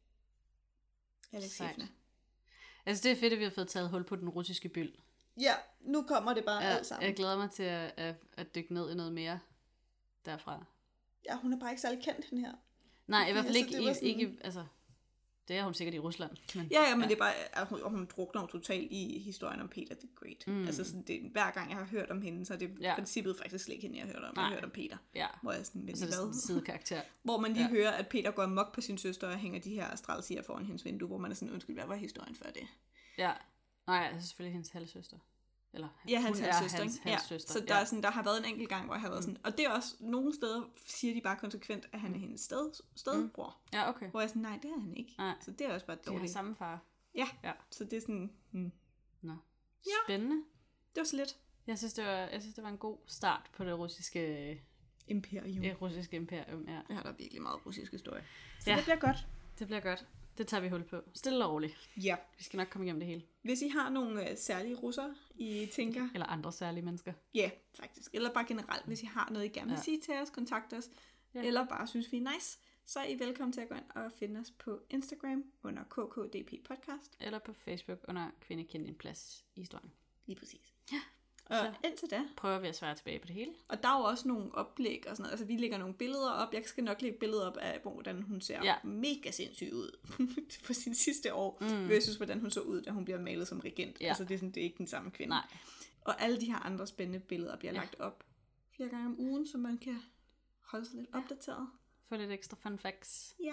Alexievna. Altså det er fedt, at vi har fået taget hul på den russiske byld. Ja, nu kommer det bare ja, alt sammen. Jeg glæder mig til at, at, at dykke ned i noget mere derfra. Ja, hun er bare ikke særlig kendt, hende her. Nej, i hvert fald ikke, sådan... ikke, altså, det er hun sikkert i Rusland. Men, ja, ja, men ja. det er bare, at hun, hun drukner totalt i historien om Peter the Great. Mm. Altså sådan, det, hver gang jeg har hørt om hende, så er det ja. princippet faktisk slet ikke hende, jeg har hørt om. Jeg har hørt om Peter. Ja. Hvor jeg sådan, altså, det er en sidekarakter. Hvor man lige ja. hører, at Peter går amok på sin søster og hænger de her astralsiger foran hendes vindue, hvor man er sådan, undskyld, hvad var historien før det? Ja, nej, altså selvfølgelig hendes halvsøster. Eller, ja, hans halvsøster. Hans, hans søster. Ja. Så der, ja. er sådan, der har været en enkelt gang, hvor jeg har været sådan, og det er også, nogle steder siger de bare konsekvent, at han er hendes sted, stedbror. Mm. Ja, okay. Hvor jeg er sådan, nej, det er han ikke. Nej. Så det er også bare dårligt. De har samme far. Ja, ja. Så det er sådan, hmm. Nå. Spændende. Ja. Det var så lidt. Jeg synes, det var, jeg synes, det var en god start på det russiske imperium. Det russiske imperium, ja. Jeg har der virkelig meget russisk historie. Så ja. det bliver godt. Det bliver godt. Det tager vi hul på. Stille og roligt. Ja. Vi skal nok komme igennem det hele. Hvis I har nogle uh, særlige russer, I tænker... Eller andre særlige mennesker. Ja, yeah, faktisk. Eller bare generelt, hvis I har noget, I gerne vil ja. sige til os, kontakt os. Ja. Eller bare synes, vi er nice. Så er I velkommen til at gå ind og finde os på Instagram under K K D P Podcast. Eller på Facebook under Kvinde Kend Din Plads i historien. Lige præcis. Ja. Og så indtil da prøver vi at svare tilbage på det hele. Og der er jo også nogle oplæg og sådan noget. Altså vi lægger nogle billeder op. Jeg skal nok lægge billeder op af, hvordan hun ser ja. mega sindssyg ud på sin sidste år. Mm. Jeg synes, hvordan hun så ud, da hun bliver malet som regent. Ja. Altså det er, sådan, det er ikke den samme kvinde. Nej. Og alle de her andre spændende billeder bliver ja. lagt op flere gange om ugen, så man kan holde sig lidt ja. opdateret. Få lidt ekstra fun facts. Ja.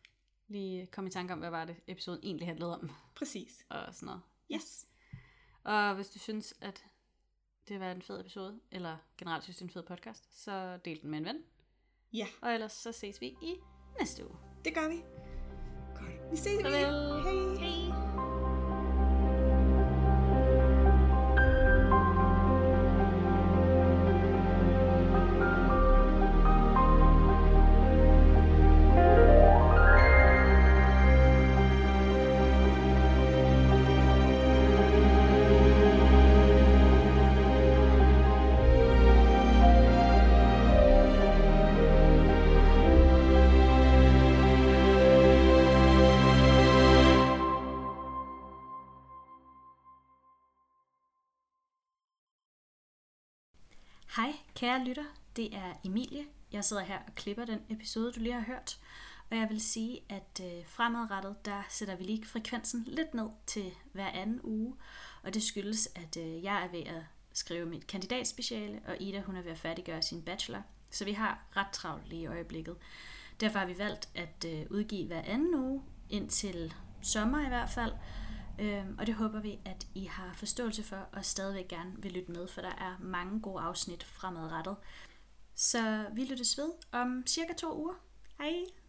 Lige komme i tanke om, hvad var det episoden egentlig handlede om. Præcis. Og sådan noget. Yes. Og hvis du synes, at det var en fed episode, eller generelt synes, det er en fed podcast, så del den med en ven. Ja. Og ellers så ses vi i næste uge. Det gør vi. Godt. Vi ses. Farvel. Hej. Hej. Hej kære lytter, det er Emilie. Jeg sidder her og klipper den episode, du lige har hørt. Og jeg vil sige, at øh, fremadrettet, der sætter vi lige frekvensen lidt ned til hver anden uge. Og det skyldes, at øh, jeg er ved at skrive mit kandidatspeciale, og Ida hun er ved at færdiggøre sin bachelor. Så vi har ret travlt lige i øjeblikket. Derfor har vi valgt at øh, udgive hver anden uge, indtil sommer i hvert fald. Øhm, og det håber vi, at I har forståelse for, og stadigvæk gerne vil lytte med, for der er mange gode afsnit fremadrettet. Så vi lyttes ved om cirka to uger. Hej!